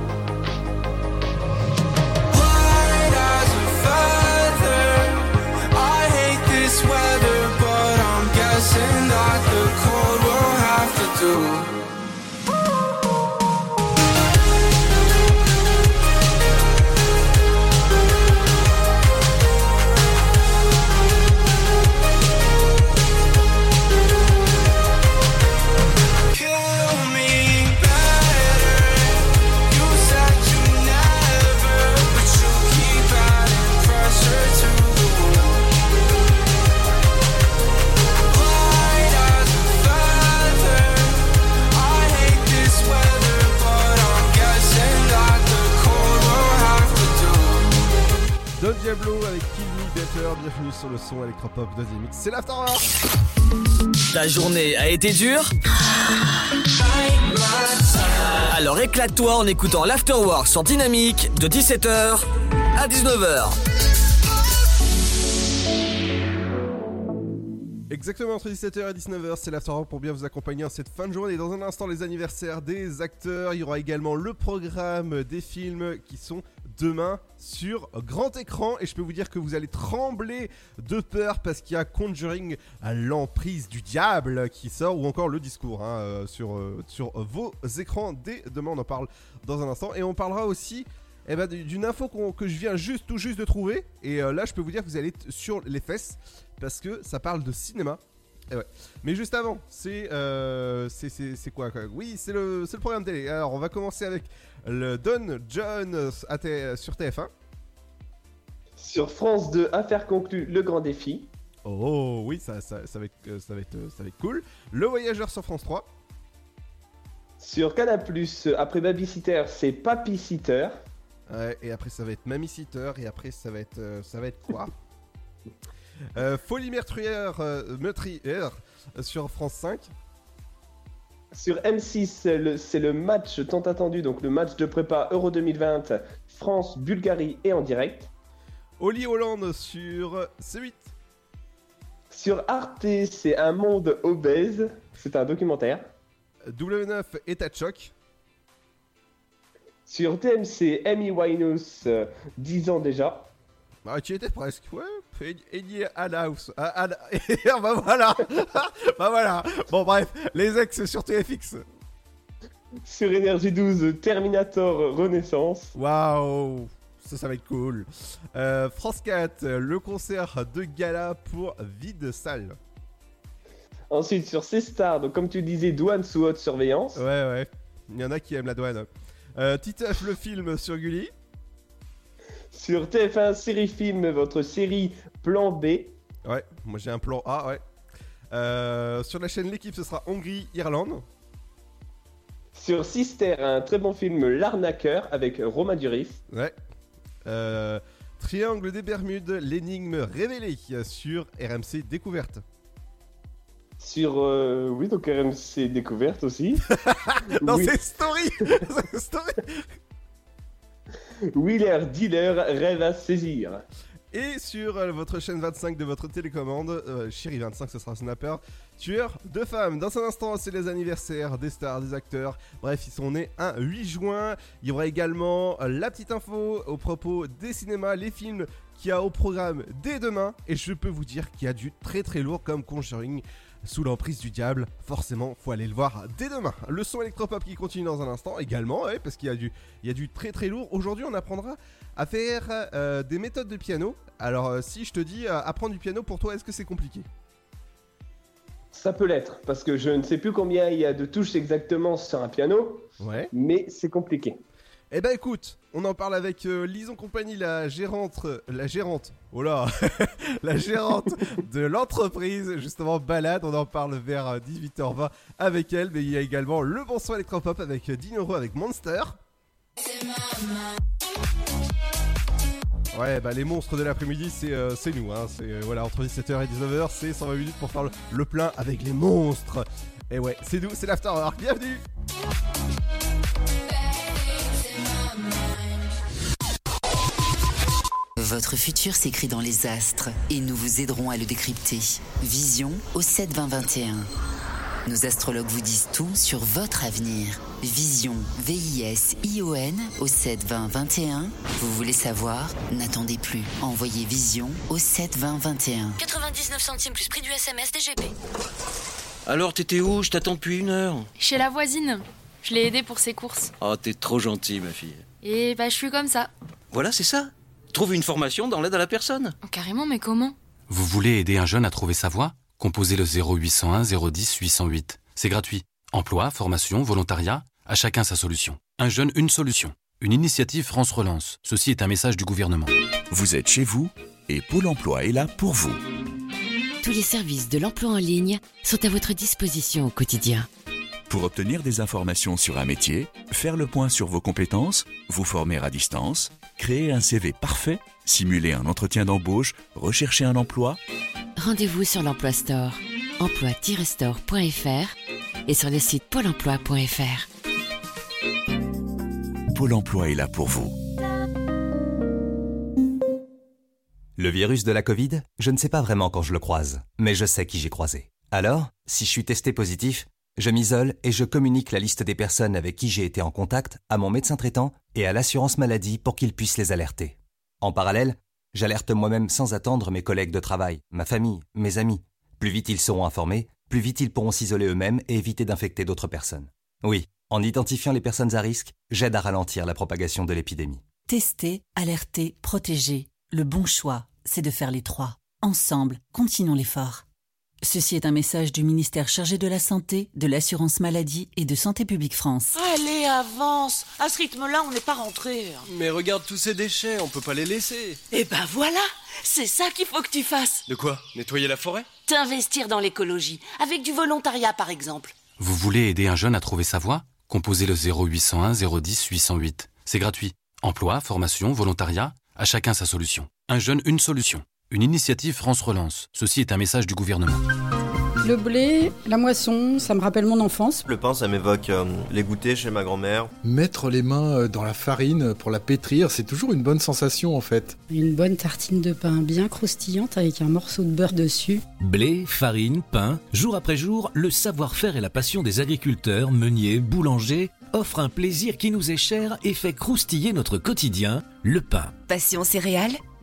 Light as a feather. I hate this weather, but I'm guessing that the cold will have to do. Don Diablo avec Kill Me Better, bienvenue sur le son électropop de Dynamique, c'est l'Afterwork. Ta journée a été dure? Alors éclate-toi en écoutant l'Afterwork sur Dynamique de dix-sept heures à dix-neuf heures. Exactement, entre dix-sept heures et dix-neuf heures, c'est l'Afterwork pour bien vous accompagner en cette fin de journée. Dans un instant, les anniversaires des acteurs. Il y aura également le programme des films qui sont demain sur grand écran. Et je peux vous dire que vous allez trembler de peur parce qu'il y a Conjuring à l'emprise du diable qui sort, ou encore le discours hein, sur, sur vos écrans dès demain. On en parle dans un instant. Et on parlera aussi eh ben, d'une info qu'on, que je viens juste tout juste de trouver. Et euh, là, je peux vous dire que vous allez être sur les fesses parce que ça parle de cinéma. Et ouais. Mais juste avant, c'est, euh, c'est, c'est, c'est quoi, quoi Oui, c'est le, c'est le programme télé. Alors, on va commencer avec le Don John à T- sur T F un. Sur France deux, affaire conclue, le grand défi. Oh oui, ça, ça, ça, va être, ça, va être, ça va être cool. Le Voyageur sur France trois. Sur Canal+, après Babysitter, c'est Papy-Sitter. Ouais, et après ça va être Mamie-Sitter, et après ça va être, euh, ça va être quoi euh, Folie meurtrière, euh, meurtrière euh, sur France cinq. Sur M six, le, c'est le match tant attendu, donc le match de prépa Euro deux mille vingt, France-Bulgarie et en direct. Oli Hollande sur C huit. Sur Arte, c'est Un monde obèse, c'est un documentaire. W neuf, État de choc. Sur T M C, Amy Winehouse, euh, dix ans déjà. Ah, tu y étais presque, ouais. Eddie House. Ah, ah, bah voilà. Bah voilà. Bon, bref, les ex sur T F X. Sur Énergie douze, Terminator Renaissance. Waouh. Ça, ça va être cool. Euh, France quatre, le concert de gala pour Vide Salle. Ensuite, sur C-Star, donc comme tu disais, douane sous haute surveillance. Ouais, ouais. Il y en a qui aiment la douane. Euh, Titeuf, le film sur Gulli. Sur T F un, série film, votre série Plan B. Ouais, moi j'ai un plan A, ouais. Euh, sur la chaîne L'équipe, ce sera Hongrie-Irlande. Sur Sister, un très bon film L'Arnaqueur avec Romain Duris. Ouais. Euh, Triangle des Bermudes, l'énigme révélée sur R M C Découverte. Sur euh, oui, donc R M C Découverte aussi. Non, oui. c'est Story. C'est Story. Wheeler Dealer rêve à saisir. Et sur euh, votre chaîne vingt-cinq de votre télécommande, euh, Chérie vingt-cinq, ce sera Snapper, tueur de femmes. Dans un instant, c'est les anniversaires des stars, des acteurs. Bref, ils sont nés un huit juin. Il y aura également euh, la petite info au propos des cinémas, les films qu'il y a au programme dès demain. Et je peux vous dire qu'il y a du très très lourd comme Conjuring. Sous l'emprise du diable, forcément, faut aller le voir dès demain. Le son électropop qui continue dans un instant également, ouais, parce qu'il y a du, il y a du très très lourd. Aujourd'hui, on apprendra à faire euh, des méthodes de piano. Alors, euh, si je te dis euh, apprendre du piano, pour toi, est-ce que c'est compliqué ? Ça peut l'être, parce que je ne sais plus combien il y a de touches exactement sur un piano, ouais. Mais c'est compliqué. Eh ben écoute, on en parle avec euh, Lison Compagnie, la gérante, la gérante, oh là, la gérante de l'entreprise, justement Balade, on en parle vers dix-huit heures vingt avec elle, mais il y a également le bon son électropop avec Dinoro avec Monster. Ouais, bah les monstres de l'après-midi, c'est euh, c'est nous, hein, c'est euh, voilà, entre dix-sept heures et dix-neuf heures, c'est cent vingt minutes pour faire le, le plein avec les monstres. Et ouais, c'est nous, c'est l'Afterwork, bienvenue. Votre futur s'écrit dans les astres et nous vous aiderons à le décrypter. Vision au sept vingt vingt et un. Nos astrologues vous disent tout sur votre avenir. Vision, V I S I O N au sept vingt vingt et un. Vous voulez savoir ? N'attendez plus. Envoyez Vision au sept vingt vingt et un. quatre-vingt-dix-neuf centimes plus prix du S M S D G P. Alors, t'étais où ? Je t'attends depuis une heure. Chez la voisine. Je l'ai aidée pour ses courses. Oh, t'es trop gentille, ma fille. Et bah, je suis comme ça. Voilà, c'est ça. Trouve une formation dans l'aide à la personne. Oh, carrément, mais comment ? Vous voulez aider un jeune à trouver sa voie ? Composez le zéro huit cent un zéro dix huit cent huit. C'est gratuit. Emploi, formation, volontariat, à chacun sa solution. Un jeune, une solution. Une initiative France Relance. Ceci est un message du gouvernement. Vous êtes chez vous et Pôle emploi est là pour vous. Tous les services de l'emploi en ligne sont à votre disposition au quotidien. Pour obtenir des informations sur un métier, faire le point sur vos compétences, vous former à distance, créer un C V parfait, simuler un entretien d'embauche, rechercher un emploi. Rendez-vous sur l'Emploi Store, emploi tiret store point f r et sur le site pôle emploi point f r. Pôle emploi est là pour vous. Le virus de la Covid, je ne sais pas vraiment quand je le croise, mais je sais qui j'ai croisé. Alors, si je suis testé positif, je m'isole et je communique la liste des personnes avec qui j'ai été en contact à mon médecin traitant et à l'assurance maladie pour qu'ils puissent les alerter. En parallèle, j'alerte moi-même sans attendre mes collègues de travail, ma famille, mes amis. Plus vite ils seront informés, plus vite ils pourront s'isoler eux-mêmes et éviter d'infecter d'autres personnes. Oui, en identifiant les personnes à risque, j'aide à ralentir la propagation de l'épidémie. Tester, alerter, protéger. Le bon choix, c'est de faire les trois. Ensemble, continuons l'effort. Ceci est un message du ministère chargé de la Santé, de l'Assurance Maladie et de Santé Publique France. Allez, avance. À ce rythme-là, on n'est pas rentré. Mais regarde tous ces déchets, on peut pas les laisser. Eh ben voilà, c'est ça qu'il faut que tu fasses. De quoi ? Nettoyer la forêt ? T'investir dans l'écologie, avec du volontariat par exemple. Vous voulez aider un jeune à trouver sa voie ? Composez le zéro huit cent un zéro dix huit cent huit. C'est gratuit. Emploi, formation, volontariat, à chacun sa solution. Un jeune, une solution. Une initiative France Relance. Ceci est un message du gouvernement. Le blé, la moisson, ça me rappelle mon enfance. Le pain, ça m'évoque euh, les goûters chez ma grand-mère. Mettre les mains dans la farine pour la pétrir, c'est toujours une bonne sensation en fait. Une bonne tartine de pain bien croustillante avec un morceau de beurre dessus. Blé, farine, pain, jour après jour, le savoir-faire et la passion des agriculteurs, meuniers, boulangers offrent un plaisir qui nous est cher et fait croustiller notre quotidien, le pain. Passion céréales ?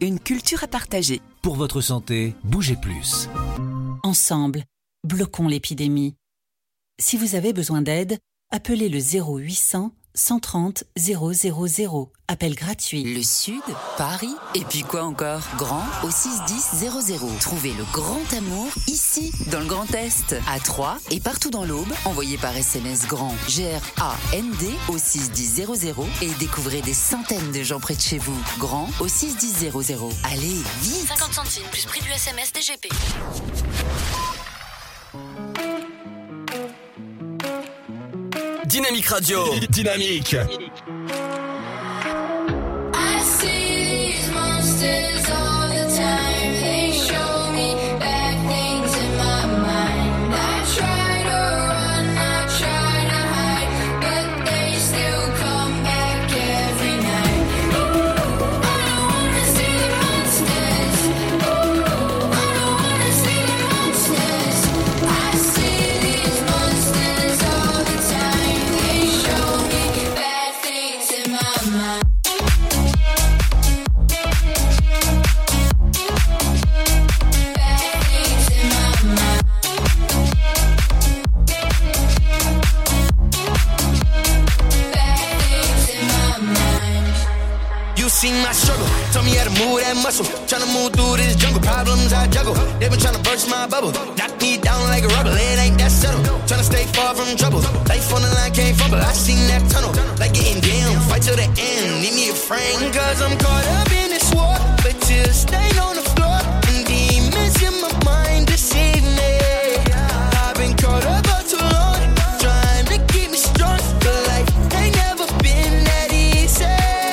une culture à partager. Pour votre santé, bougez plus. Ensemble, bloquons l'épidémie. Si vous avez besoin d'aide, appelez le zéro huit cents, cent trente, zéro zéro zéro. Appel gratuit. Le Sud, Paris, et puis quoi encore? Grand au six dix zéro zéro. Trouvez le grand amour ici, dans le Grand Est, à Troyes et partout dans l'Aube. Envoyez par S M S grand G R A N D au six dix zéro zéro et découvrez des centaines de gens près de chez vous. Grand au six dix zéro zéro. Allez, vite! cinquante centimes plus prix du S M S D G P. Dynamique Radio. Dynamique. I see these monsters all the time. They show me bad things in my mind. I try to run, I try to hide, but they still come back every night. Ooh, I don't wanna see the monsters. Ooh, I don't wanna see the monsters. I see these monsters all the time. They show me bad things in my mind. You seen my struggle, tell me how to move that muscle. Tryna move through this jungle, problems I juggle. They been tryna burst my bubble, knock me down like a rubber. It ain't that subtle, tryna stay far from trouble. Life on the line, can't fumble. I seen that tunnel, like getting down. Fight till the end, need me a friend. Cause I'm caught up in this war, but you stay on the floor. And demons in my mind deceive me. I've been caught up for too long, trying to keep me strong. But life ain't never been that easy.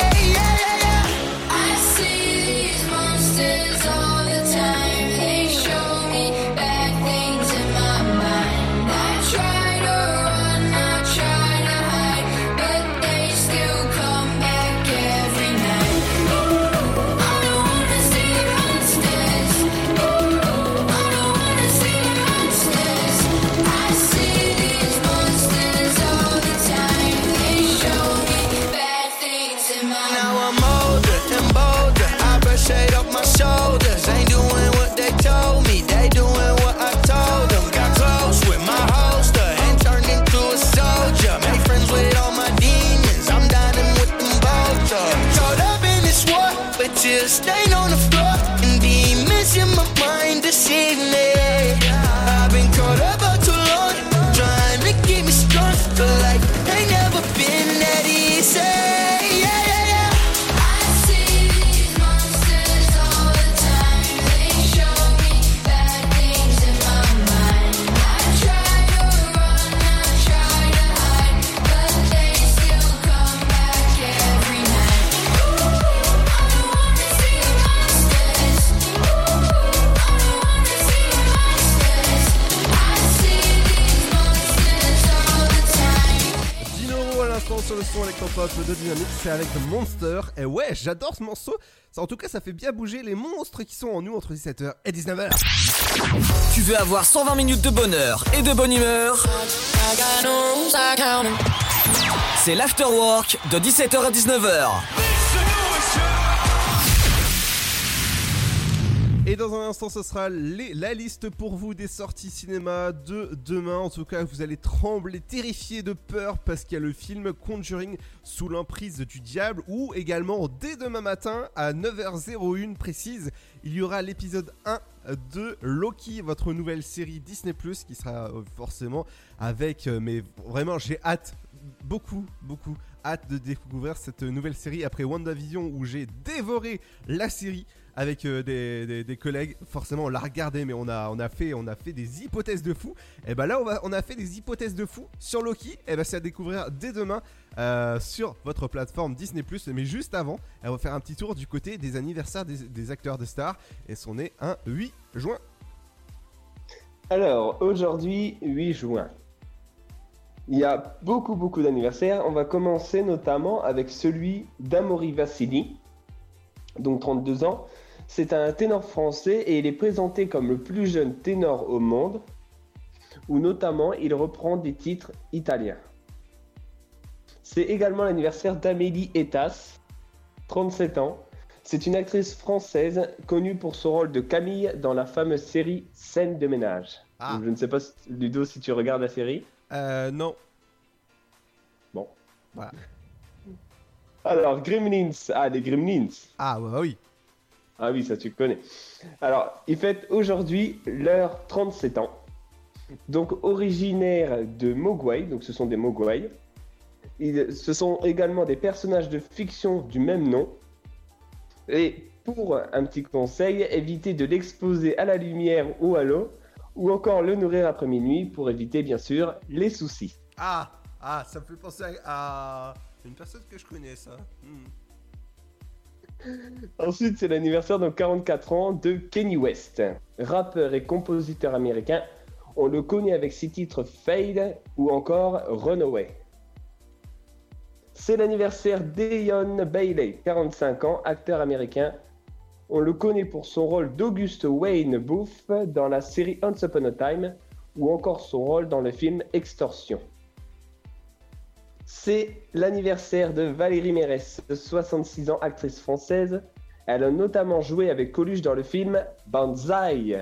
I see these monsters all the time. They show me bad things in my mind. I try to run, I try to hide, but they still come back every night. Ooh, I don't wanna see the monsters. Ooh, I don't wanna see the monsters. I see these monsters all the time. They show me bad things in my mind. Now I'm older and bolder, I brush shade off my shoulders. Ain't doing what they told me, they doing what I told them. Got close with my holster and turned into a soldier. Made friends with all my demons, I'm dining with them vultures. Caught up in this war, but you stayed on the floor. And demons in my mind deceive me. I've been caught up for too long, trying to keep me strong. But life ain't never been that easy. Yeah, yeah, yeah. I see these monsters all the time. They show me bad things in my mind. I try to run, I try to hide, but they still come back every night. Ooh, I don't wanna see the monsters. Ooh, I don't wanna see the monsters. I see these monsters all the time. Dino à l'instant sur le son électropop de Dynamique, c'est avec The Monster. Et ouais, j'adore ce morceau. Ça, en tout cas, ça fait bien bouger les monstres qui sont en nous entre dix-sept heures et dix-neuf heures. Tu veux avoir cent vingt minutes de bonheur et de bonne humeur? C'est l'Afterwork de dix-sept heures à dix-neuf heures. Et dans un instant, ce sera les- la liste pour vous des sorties cinéma de demain. En tout cas, vous allez trembler, terrifier de peur parce qu'il y a le film Conjuring sous l'emprise du diable. Ou également, dès demain matin, à neuf heures une précise, il y aura l'épisode un de Loki, votre nouvelle série Disney plus, qui sera euh, forcément avec... euh, mais vraiment, j'ai hâte, beaucoup, beaucoup hâte de découvrir cette nouvelle série après WandaVision où j'ai dévoré la série avec euh, des, des, des collègues. Forcément on l'a regardé, mais on a, on a, fait, on a fait des hypothèses de fou. Et bah là on, va, on a fait des hypothèses de fou sur Loki. Et bah c'est à découvrir dès demain euh, sur votre plateforme Disney plus. Mais juste avant, on va faire un petit tour du côté des anniversaires des, des acteurs de stars. Et c'en est un huit juin. Alors, aujourd'hui, huit juin. Il y a beaucoup, beaucoup d'anniversaires. On va commencer notamment avec celui d'Amaury Vassili, donc trente-deux ans. C'est un ténor français et il est présenté comme le plus jeune ténor au monde, où notamment il reprend des titres italiens. C'est également l'anniversaire d'Amélie Etas, trente-sept ans. C'est une actrice française connue pour son rôle de Camille dans la fameuse série Scène de ménage. Ah. Je ne sais pas, Ludo, si tu regardes la série. Euh, non. Bon. Voilà. Alors, Gremlins. Ah, les Gremlins. Ah, bah oui. Ah oui, ça tu connais. Alors, ils fêtent aujourd'hui leurs trente-sept ans. Donc, originaires de Mogwai, donc ce sont des Mogwai. Ils, ce sont également des personnages de fiction du même nom. Et pour un petit conseil, évitez de l'exposer à la lumière ou à l'eau, ou encore le nourrir après minuit pour éviter bien sûr les soucis. Ah, ah, ça me fait penser à, à une personne que je connais, ça. Hmm. Ensuite, c'est l'anniversaire de quarante-quatre ans de Kanye West, rappeur et compositeur américain. On le connaît avec ses titres Fade ou encore Runaway. C'est l'anniversaire d'Eion Bailey, quarante-cinq ans, acteur américain. On le connaît pour son rôle d'August Wayne Booth dans la série Once Upon a Time ou encore son rôle dans le film Extorsion. C'est l'anniversaire de Valérie Mérès, soixante-six ans, actrice française. Elle a notamment joué avec Coluche dans le film Banzai.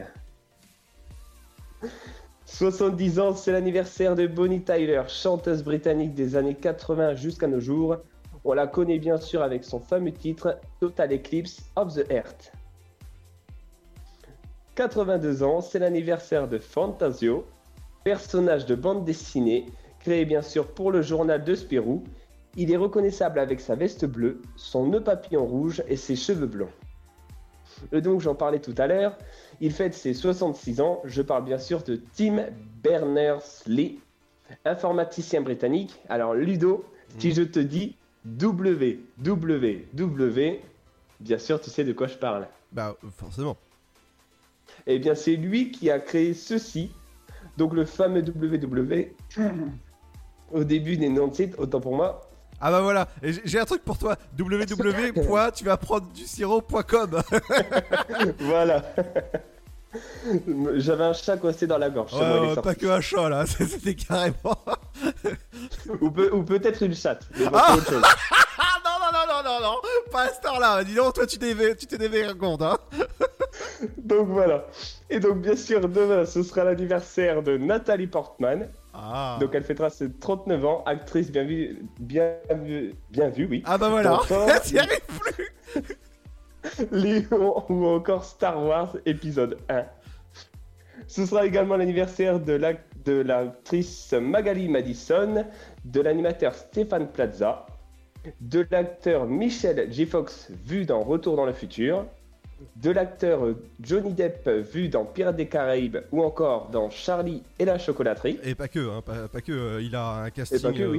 soixante-dix ans, c'est l'anniversaire de Bonnie Tyler, chanteuse britannique des années quatre-vingts jusqu'à nos jours. On la connaît bien sûr avec son fameux titre Total Eclipse of the Earth. quatre-vingt-deux ans, c'est l'anniversaire de Fantasio, personnage de bande dessinée, créé bien sûr pour le journal de Spirou. Il est reconnaissable avec sa veste bleue, son nœud papillon rouge et ses cheveux blonds. Et donc j'en parlais tout à l'heure, il fête ses soixante-six ans, je parle bien sûr de Tim Berners-Lee, informaticien britannique. Alors Ludo, mmh. si je te dis W W W, bien sûr tu sais de quoi je parle. Bah forcément. Eh bien c'est lui qui a créé ceci, donc le fameux W W au début des noms de sites, autant pour moi. Ah bah voilà, et j'ai un truc pour toi, w w w. tu vas prendre du sirop point com. Voilà. J'avais un chat coincé dans la gorge. Ouais, ouais, pas que un chat là, c'était carrément. ou, peut, ou peut-être une chatte. Mais bon, ah autre chose. non, non, non, non, non, non, pas à cette heure-là. Dis donc, toi tu t'es tu t'es déveillé compte, hein. Donc voilà. Et donc bien sûr, demain, ce sera l'anniversaire de Nathalie Portman. Ah. Donc elle fêtera ses trente-neuf ans, actrice bien vue, bien vue, bien vue, oui. Ah bah voilà, Encore, t'y arrives plus. Léon ou encore Star Wars épisode un. Ce sera également l'anniversaire de, la, de l'actrice Magali Madison, de l'animateur Stéphane Plaza, de l'acteur Michel J. Fox vu dans Retour dans le futur, de l'acteur Johnny Depp vu dans Pirates des Caraïbes ou encore dans Charlie et la chocolaterie. Et pas que, hein, pas, pas que, euh, il a un casting. Et pas que, euh... oui.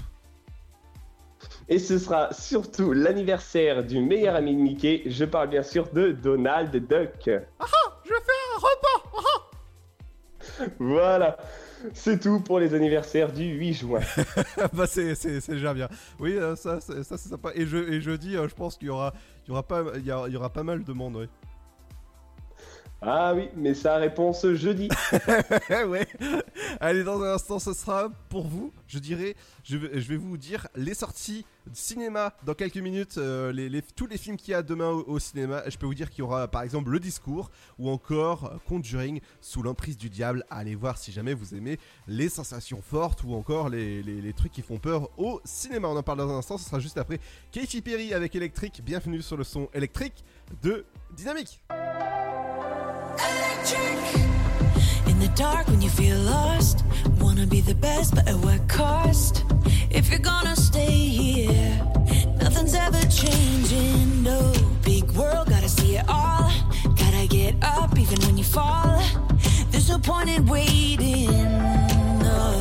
Et ce sera surtout l'anniversaire du meilleur ami de Mickey, je parle bien sûr de Donald Duck. Ah ah, je fais un repas. Ah ah. Voilà, c'est tout pour les anniversaires du huit juin. Bah c'est, c'est, c'est déjà bien. Oui, euh, ça, c'est, ça c'est sympa. Et, je, et jeudi, euh, je pense qu'il y aura, il y aura, pas, il y aura, il y aura pas mal de monde, oui. Ah oui, mais ça réponse jeudi. Ouais. Allez, dans un instant, ce sera pour vous. Je dirais, je vais, je vais vous dire les sorties de cinéma dans quelques minutes, euh, les, les, tous les films qu'il y a demain au, au cinéma. Je peux vous dire qu'il y aura par exemple Le Discours ou encore euh, Conjuring, Sous l'emprise du diable. Allez voir si jamais vous aimez les sensations fortes ou encore les, les, les trucs qui font peur au cinéma. On en parle dans un instant, ce sera juste après Katy Perry avec Electric. Bienvenue sur le son électrique de Dynamique. In the dark when you feel lost, wanna be the best but at what cost? If you're gonna stay here, nothing's ever changing, no. Big world, gotta see it all, gotta get up even when you fall. There's no point in waiting, no.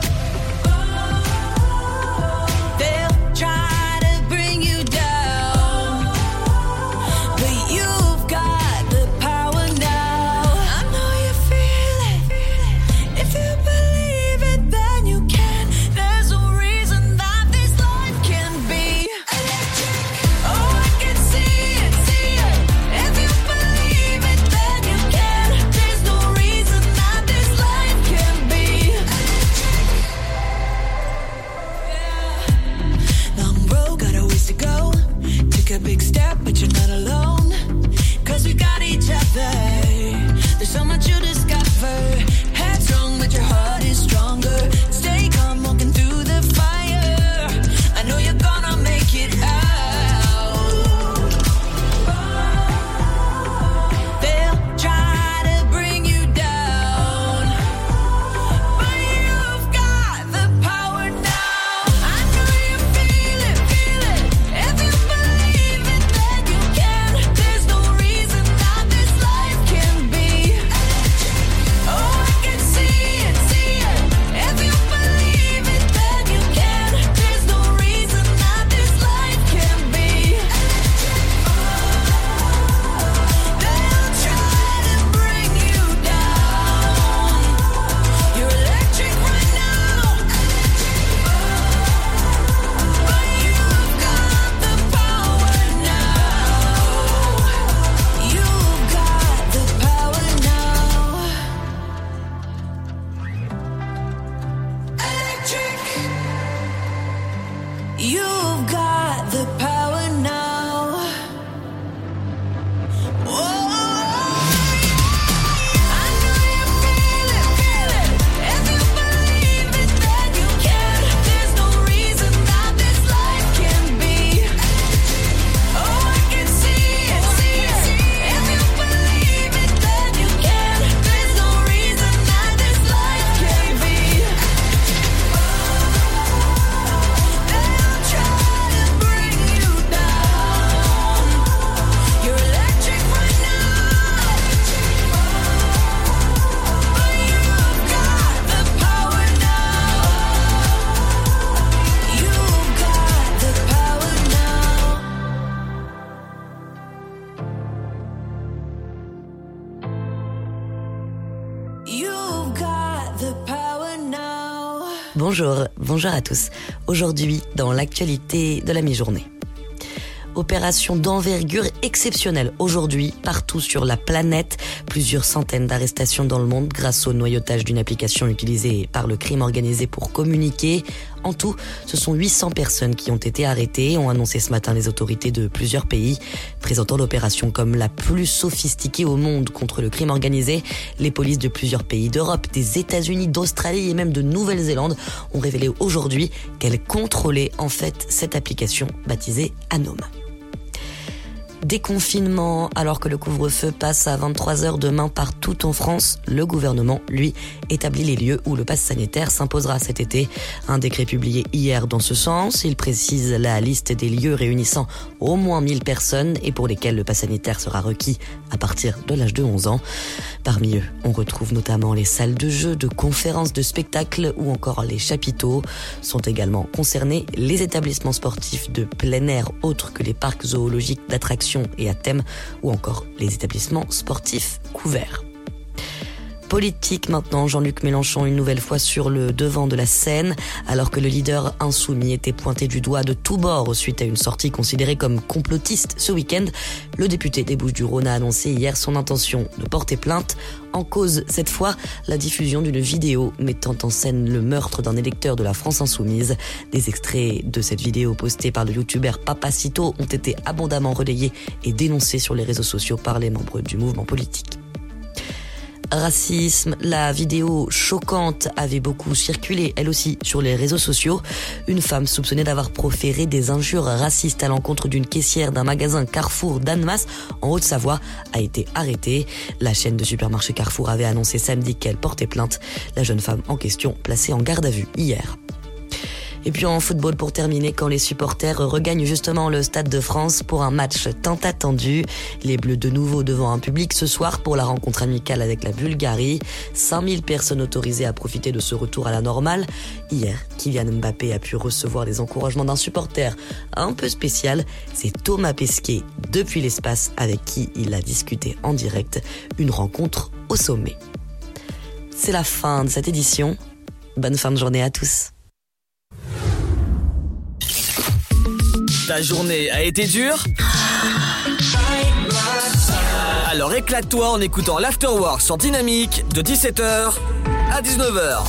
They'll try to bring you down, but you've got the power now. I know you feel it. If you believe it, then you can. There's no reason that this life can be electric. Oh, I can see it, see it. If you believe it, then you can. There's no reason that this life can be electric. Yeah. Long road, got a ways to go. Took a big step, but you're not there. There's so much you discover. Headstrong, but your heart is stronger. Stay calm, walking through the fire. I know you're gonna make it out. They'll try to bring you down, but you've got the power now. I know you feel it, feel it. If you believe it, then you can. There's no reason that this life can be. Oh, I can see it, see it. If you believe it, then you can. There's no reason that this life can be. They'll try to bring you down. You're electric right now, but you've got the power now. You've got the power now. Electric. You've got the power now. Whoa. I know you feel it, feel it. If you believe it, then you can. There's no reason that this life can be. Oh, I can see it, see it. If you believe it, then you can. There's no reason that this life can be. They'll try to bring you down. You're electric right now, but you've got the power now. You've got the power now. You've got the power now. Bonjour, bonjour à tous. Aujourd'hui, dans l'actualité de la mi-journée. Opération d'envergure exceptionnelle aujourd'hui, partout sur la planète. Plusieurs centaines d'arrestations dans le monde grâce au noyautage d'une application utilisée par le crime organisé pour communiquer. En tout, ce sont huit cents personnes qui ont été arrêtées, ont annoncé ce matin les autorités de plusieurs pays. Présentant l'opération comme la plus sophistiquée au monde contre le crime organisé, les polices de plusieurs pays d'Europe, des États-Unis, d'Australie et même de Nouvelle-Zélande ont révélé aujourd'hui qu'elles contrôlaient en fait cette application baptisée Anom. Déconfinement, alors que le couvre-feu passe à vingt-trois heures demain partout en France, le gouvernement, lui, établit les lieux où le pass sanitaire s'imposera cet été. Un décret publié hier dans ce sens, il précise la liste des lieux réunissant au moins mille personnes et pour lesquels le pass sanitaire sera requis à partir de l'âge de onze ans. Parmi eux, on retrouve notamment les salles de jeux, de conférences, de spectacles ou encore les chapiteaux. Sont également concernés les établissements sportifs de plein air autres que les parcs zoologiques d'attractions et à thème ou encore les établissements sportifs couverts. Politique maintenant, Jean-Luc Mélenchon une nouvelle fois sur le devant de la scène, alors que le leader insoumis était pointé du doigt de tous bords suite à une sortie considérée comme complotiste ce week-end. Le député des Bouches-du-Rhône a annoncé hier son intention de porter plainte. En cause, cette fois, la diffusion d'une vidéo mettant en scène le meurtre d'un électeur de la France Insoumise. Des extraits de cette vidéo postée par le youtubeur Papacito ont été abondamment relayés et dénoncés sur les réseaux sociaux par les membres du mouvement politique. Racisme, la vidéo choquante avait beaucoup circulé, elle aussi, sur les réseaux sociaux. Une femme soupçonnée d'avoir proféré des injures racistes à l'encontre d'une caissière d'un magasin Carrefour d'Annemasse, en Haute-Savoie, a été arrêtée. La chaîne de supermarché Carrefour avait annoncé samedi qu'elle portait plainte. La jeune femme en question, placée en garde à vue hier. Et puis en football pour terminer, quand les supporters regagnent justement le Stade de France pour un match tant attendu. Les Bleus de nouveau devant un public ce soir pour la rencontre amicale avec la Bulgarie. cinq mille personnes autorisées à profiter de ce retour à la normale. Hier, Kylian Mbappé a pu recevoir les encouragements d'un supporter un peu spécial. C'est Thomas Pesquet depuis l'espace avec qui il a discuté en direct. Une rencontre au sommet. C'est la fin de cette édition. Bonne fin de journée à tous. Ta journée a été dure ? Alors éclate-toi en écoutant l'Afterwork sur Dynamique de dix-sept heures à dix-neuf heures.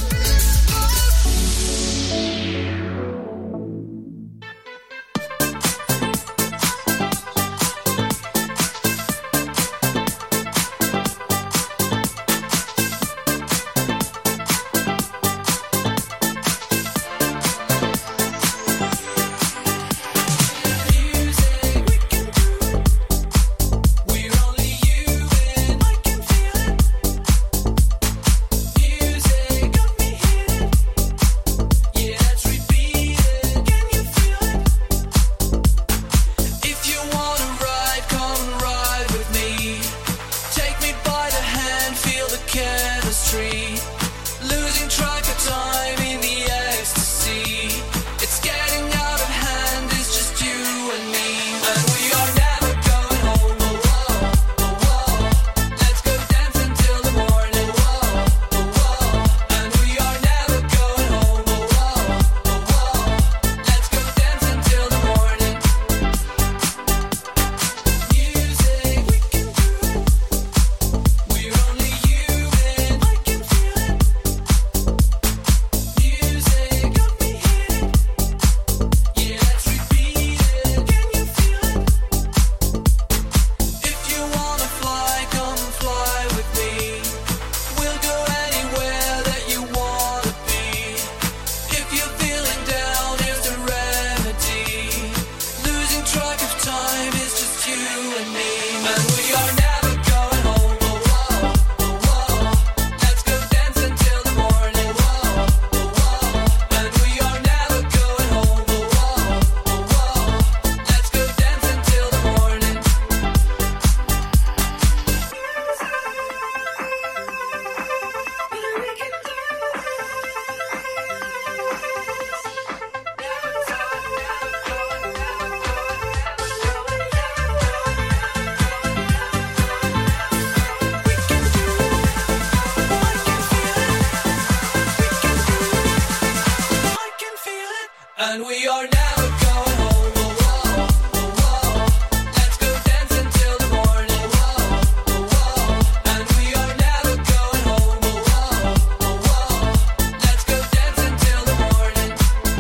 And we are never going home. Oh, oh, oh, oh. Let's go dance until the morning. Oh, oh, oh. And we are never going home. Oh, oh, oh, oh. Let's go dance until the morning.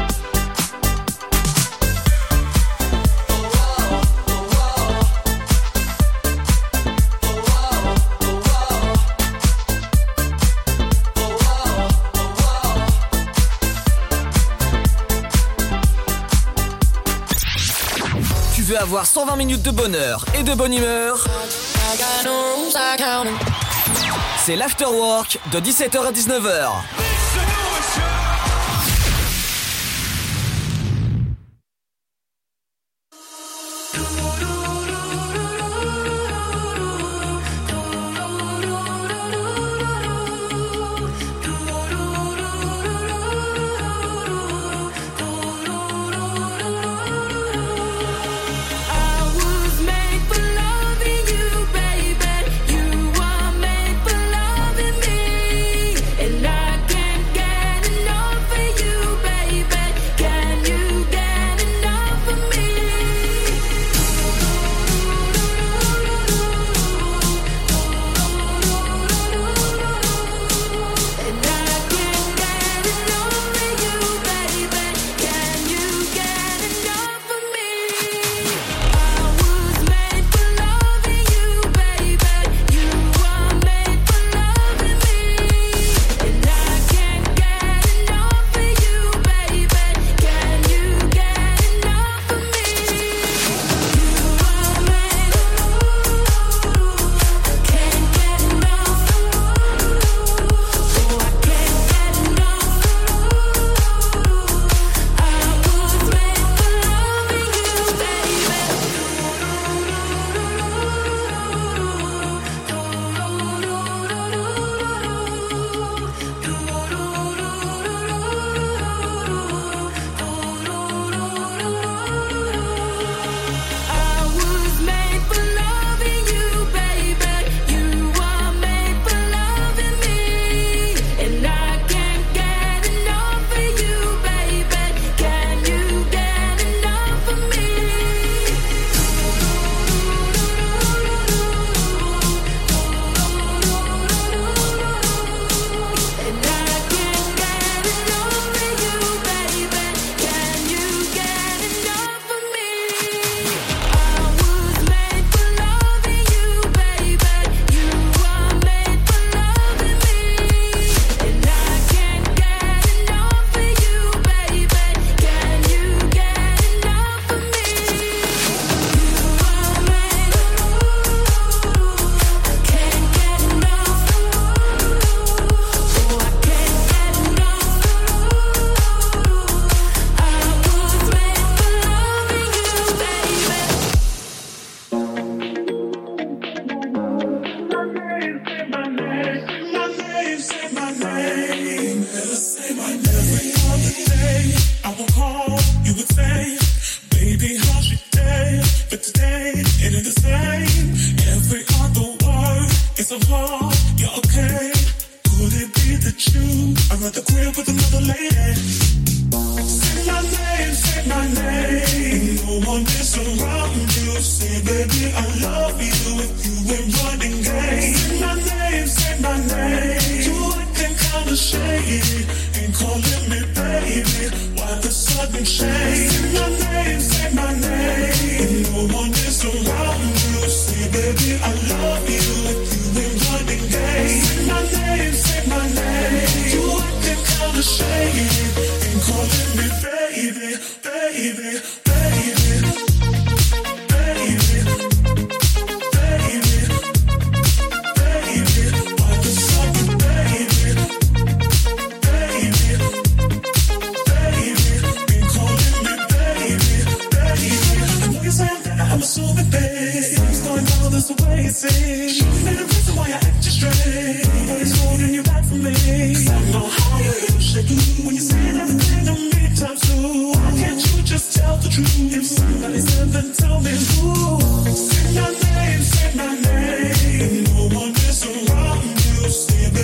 Tu veux avoir cent vingt minutes de bonheur et de bonne humeur? C'est l'Afterwork de dix-sept heures à dix-neuf heures.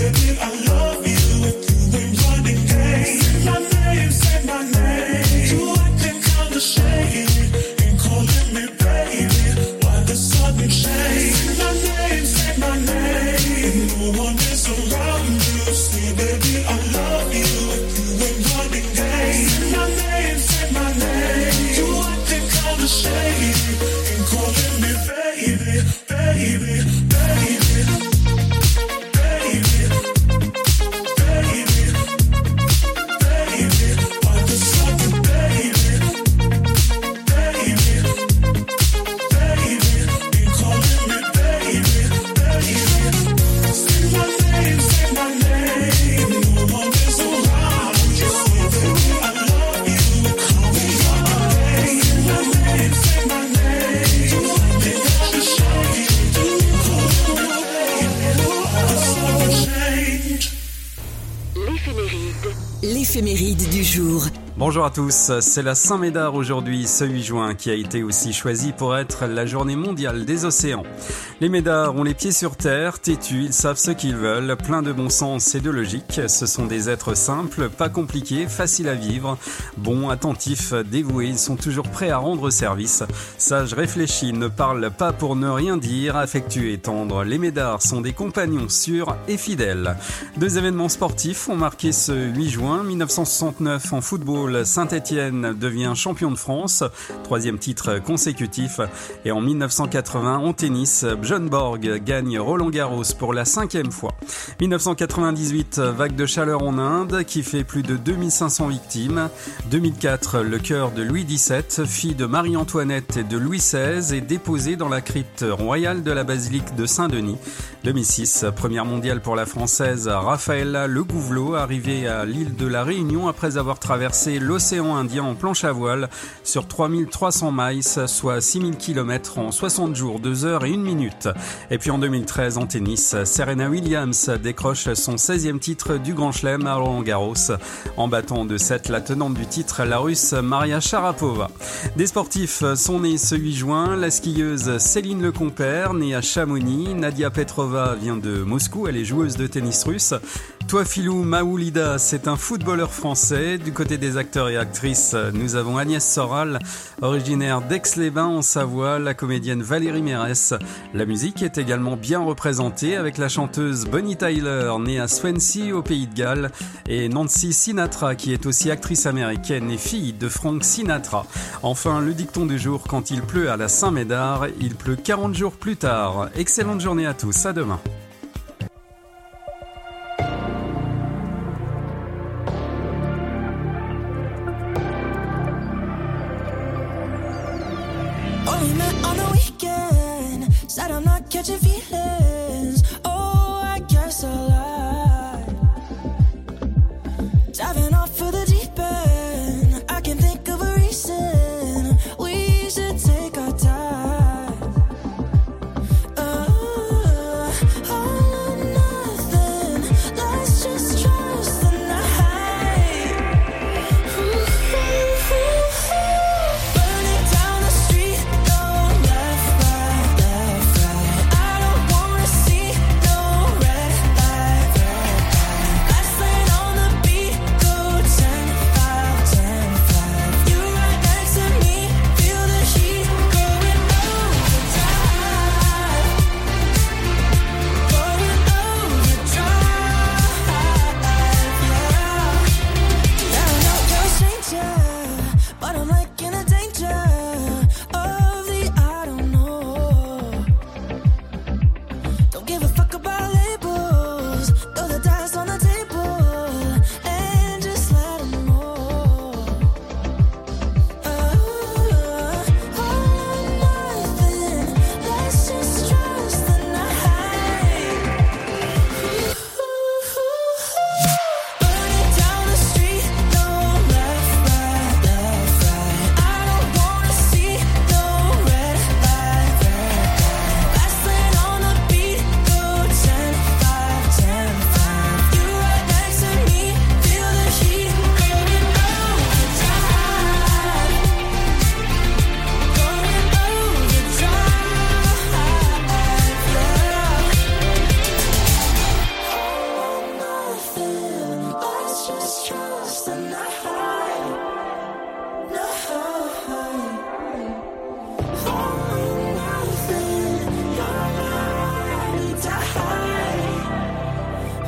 You Bonjour à tous, c'est la Saint-Médard aujourd'hui, ce huit juin, qui a été aussi choisi pour être la journée mondiale des océans. Les Médards ont les pieds sur terre, têtus, ils savent ce qu'ils veulent, plein de bon sens et de logique. Ce sont des êtres simples, pas compliqués, faciles à vivre, bons, attentifs, dévoués, ils sont toujours prêts à rendre service. Sages, réfléchis, ne parlent pas pour ne rien dire, affectueux et tendres. Les Médards sont des compagnons sûrs et fidèles. Deux événements sportifs ont marqué ce huit juin. mille neuf cent soixante-neuf en football, Saint-Étienne devient champion de France, troisième titre consécutif. Et en mille neuf cent quatre-vingts, en tennis, Björn Borg gagne Roland-Garros pour la cinquième fois. mille neuf cent quatre-vingt-dix-huit, vague de chaleur en Inde qui fait plus de deux mille cinq cents victimes. deux mille quatre, le cœur de Louis dix-sept, fille de Marie-Antoinette et de Louis seize, est déposé dans la crypte royale de la basilique de Saint-Denis. deux mille six, première mondiale pour la française Raphaëlla Le Gouvelot, arrivée à l'île de la Réunion après avoir traversé l'océan Indien en planche à voile sur trois mille trois cents miles, soit six mille kilomètres en soixante jours, deux heures et une minute. Et puis en deux mille treize, en tennis, Serena Williams décroche son seizième titre du Grand Chelem à Roland-Garros, en battant de sept la tenante du titre, la Russe Maria Sharapova. Des sportifs sont nés ce huit juin, la skieuse Céline Lecompère, née à Chamonix, Nadia Petrova vient de Moscou, elle est joueuse de tennis russe. Touafilou Maoulida, c'est un footballeur français. Du côté des acteurs et actrices, nous avons Agnès Soral, originaire d'Aix-les-Bains en Savoie, la comédienne Valérie Mérès. La musique est également bien représentée avec la chanteuse Bonnie Tyler, née à Swansea au Pays de Galles, et Nancy Sinatra, qui est aussi actrice américaine et fille de Frank Sinatra. Enfin, le dicton du jour, quand il pleut à la Saint-Médard, il pleut quarante jours plus tard. Excellente journée à tous, à demain. Only met on the weekend, said I'm not catching feelings. Oh, I guess I lied. Diving off for the deep end, I can think of a reason we should take our time. Oh, all or nothing, let's just trust the night. Burn it down the street. Left, right, left, right. I don't wanna see no red light, red light. Last lane on the beat, go ten, five, ten, five. You right next to me, feel the heat going overdrive, going overdrive, yeah. Yeah, I know you're a stranger, but I'm like in a danger of the I don't know. Don't give a fuck about labels. Throw the dice on the table and just let 'em know. Oh, all or nothing. Let's just trust the night. Burn it down the street. No left, right, left, right. I don't wanna see no red light, red light. Last lane on the beat, go ten, five, ten, five. You right next to me, feel the heat going overdrive, going overdrive, yeah. All or nothing, let's just trust the night. No. All or nothing, you're ready to hide.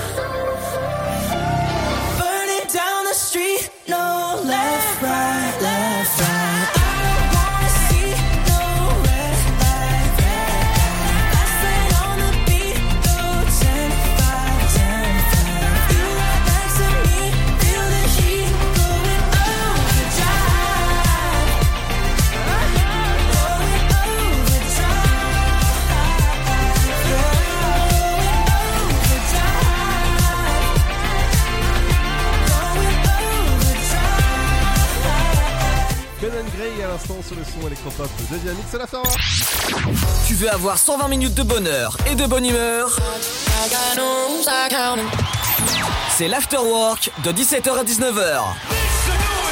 Burn it down the street, no left, right, left, right. I don't wanna see no red light, red light. Last lane on the beat, go ten, five, ten, five. You right next to me, feel the heat going overdrive, going overdrive, Conan Gray à l'instant sur le son électropop de Dynamique, c'est la fin. Tu veux avoir cent vingt minutes de bonheur et de bonne humeur? C'est l'Afterwork de dix-sept heures à dix-neuf heures.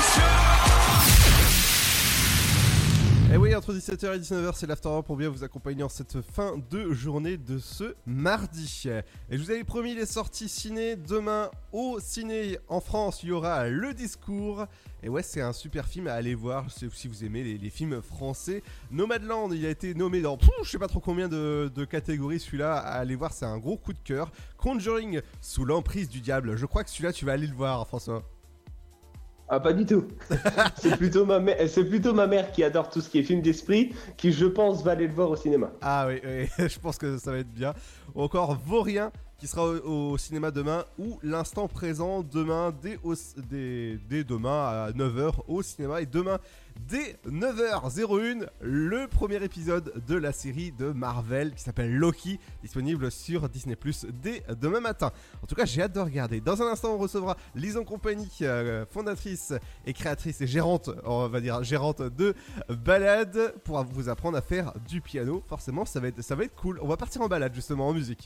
Oui, entre dix-sept heures et dix-neuf heures, c'est l'After pour bien vous accompagner en cette fin de journée de ce mardi. Et je vous avais promis les sorties ciné. Demain, au ciné en France, il y aura Le Discours. Et ouais, c'est un super film à aller voir si vous aimez les, les films français. Nomadland, il a été nommé dans pouf, je sais pas trop combien de, de catégories. Celui-là, à aller voir, c'est un gros coup de cœur. Conjuring, sous l'emprise du diable. Je crois que celui-là, tu vas aller le voir, François. Ah, pas du tout. c'est, plutôt ma mère, c'est plutôt ma mère qui adore tout ce qui est film d'esprit, qui je pense va aller le voir au cinéma. Ah oui, oui, je pense que ça va être bien. Ou encore Vaurien, qui sera au, au cinéma demain, ou L'Instant Présent demain, dès, au, dès, dès demain à neuf heures au cinéma. Et demain, dès neuf heures zéro un, le premier épisode de la série de Marvel qui s'appelle Loki, disponible sur Disney plus, dès demain matin. En tout cas, j'ai hâte de regarder. Dans un instant, on recevra Lison Compagnie, euh, fondatrice et créatrice et gérante, on va dire gérante de balade, pour vous apprendre à faire du piano. Forcément, ça va être, ça va être cool. On va partir en balade justement en musique.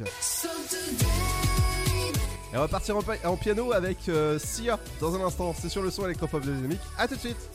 Et on va partir en, pa- en piano avec euh, Sia dans un instant. C'est sur le son électropop de Dynamique. A tout de suite.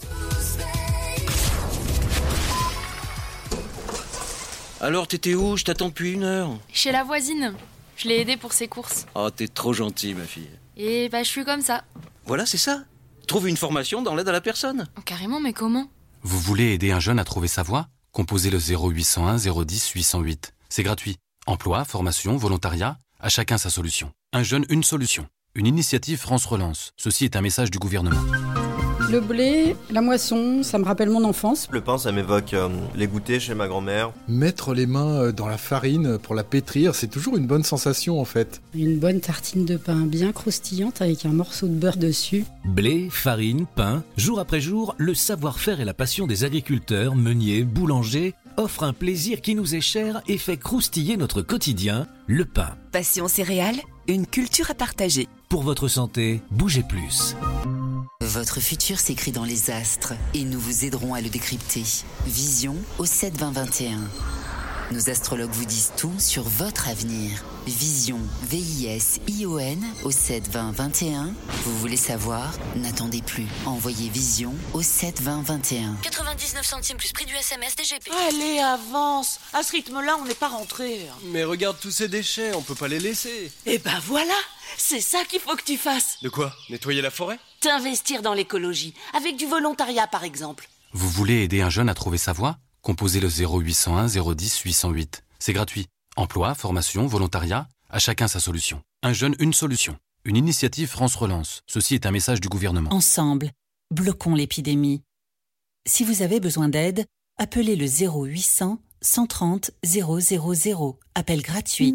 Alors, t'étais où? Je t'attends depuis une heure. Chez la voisine. Je l'ai aidée pour ses courses. Oh, t'es trop gentille, ma fille. Et bah, je suis comme ça. Voilà, c'est ça. Trouve une formation dans l'aide à la personne. Oh, carrément, mais comment? Vous voulez aider un jeune à trouver sa voie? Composez le zéro huit cent un zéro dix huit cent huit. C'est gratuit. Emploi, formation, volontariat, à chacun sa solution. Un jeune, une solution. Une initiative France Relance. Ceci est un message du gouvernement. Le blé, la moisson, ça me rappelle mon enfance. Le pain, ça m'évoque euh, les goûters chez ma grand-mère. Mettre les mains dans la farine pour la pétrir, c'est toujours une bonne sensation en fait. Une bonne tartine de pain bien croustillante avec un morceau de beurre dessus. Blé, farine, pain, jour après jour, le savoir-faire et la passion des agriculteurs, meuniers, boulangers offrent un plaisir qui nous est cher et fait croustiller notre quotidien, le pain. Passion céréales, une culture à partager. Pour votre santé, bougez plus. Votre futur s'écrit dans les astres et nous vous aiderons à le décrypter. Vision au sept vingt vingt et un. Nos astrologues vous disent tout sur votre avenir. Vision, V I S I O N au sept vingt vingt et un. Vous voulez savoir? N'attendez plus. Envoyez Vision au sept vingt vingt et un. quatre-vingt-dix-neuf centimes plus prix du S M S D G P. Allez, avance. À ce rythme-là, on n'est pas rentré. Mais regarde tous ces déchets, on peut pas les laisser. Eh ben voilà, c'est ça qu'il faut que tu fasses. De quoi? Nettoyer la forêt? T'investir dans l'écologie, avec du volontariat par exemple. Vous voulez aider un jeune à trouver sa voie? Composez le zéro huit cent un zéro dix huit cent huit. C'est gratuit. Emploi, formation, volontariat, à chacun sa solution. Un jeune, une solution. Une initiative France Relance. Ceci est un message du gouvernement. Ensemble, bloquons l'épidémie. Si vous avez besoin d'aide, appelez le zéro huit cents cent trente zéro zéro zéro. Appel gratuit.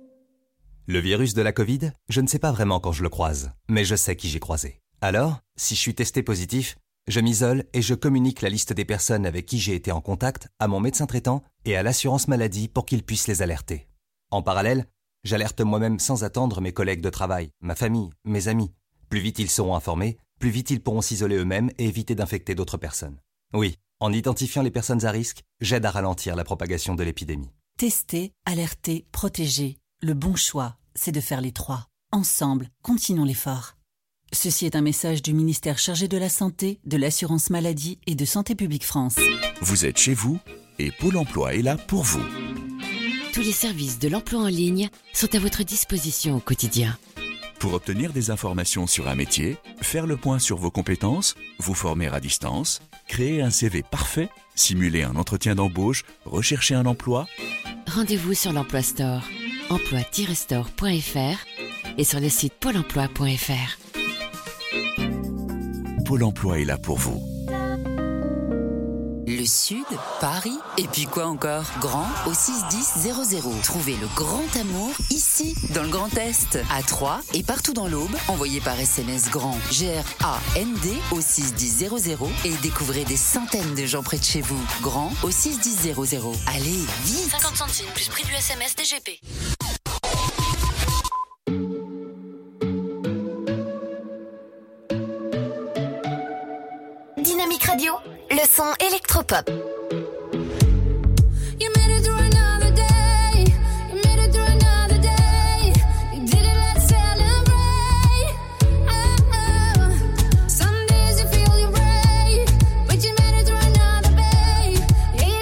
Le virus de la Covid, je ne sais pas vraiment quand je le croise, mais je sais qui j'ai croisé. Alors, si je suis testé positif, je m'isole et je communique la liste des personnes avec qui j'ai été en contact à mon médecin traitant et à l'assurance maladie pour qu'ils puissent les alerter. En parallèle, j'alerte moi-même sans attendre mes collègues de travail, ma famille, mes amis. Plus vite ils seront informés, plus vite ils pourront s'isoler eux-mêmes et éviter d'infecter d'autres personnes. Oui, en identifiant les personnes à risque, j'aide à ralentir la propagation de l'épidémie. Tester, alerter, protéger. Le bon choix, c'est de faire les trois. Ensemble, continuons l'effort. Ceci est un message du ministère chargé de la Santé, de l'Assurance Maladie et de Santé Publique France. Vous êtes chez vous et Pôle emploi est là pour vous. Tous les services de l'emploi en ligne sont à votre disposition au quotidien. Pour obtenir des informations sur un métier, faire le point sur vos compétences, vous former à distance, créer un C V parfait, simuler un entretien d'embauche, rechercher un emploi. Rendez-vous sur l'Emploi Store, emploi tiret store point f r et sur le site pôle emploi point f r. Pôle emploi est là pour vous. Le Sud, Paris, et puis quoi encore? Grand au six dix zéro zéro. Trouvez le grand amour ici, dans le Grand Est, à Troyes et partout dans l'Aube. Envoyez par S M S grand G R A N D au six dix zéro zéro et découvrez des centaines de gens près de chez vous. Grand au six dix zéro zéro. Allez, vite! cinquante centimes plus prix du S M S D G P. Dynamique Radio, le son électropop. Some days you feel you're brave, but you made it through another day. Yeah,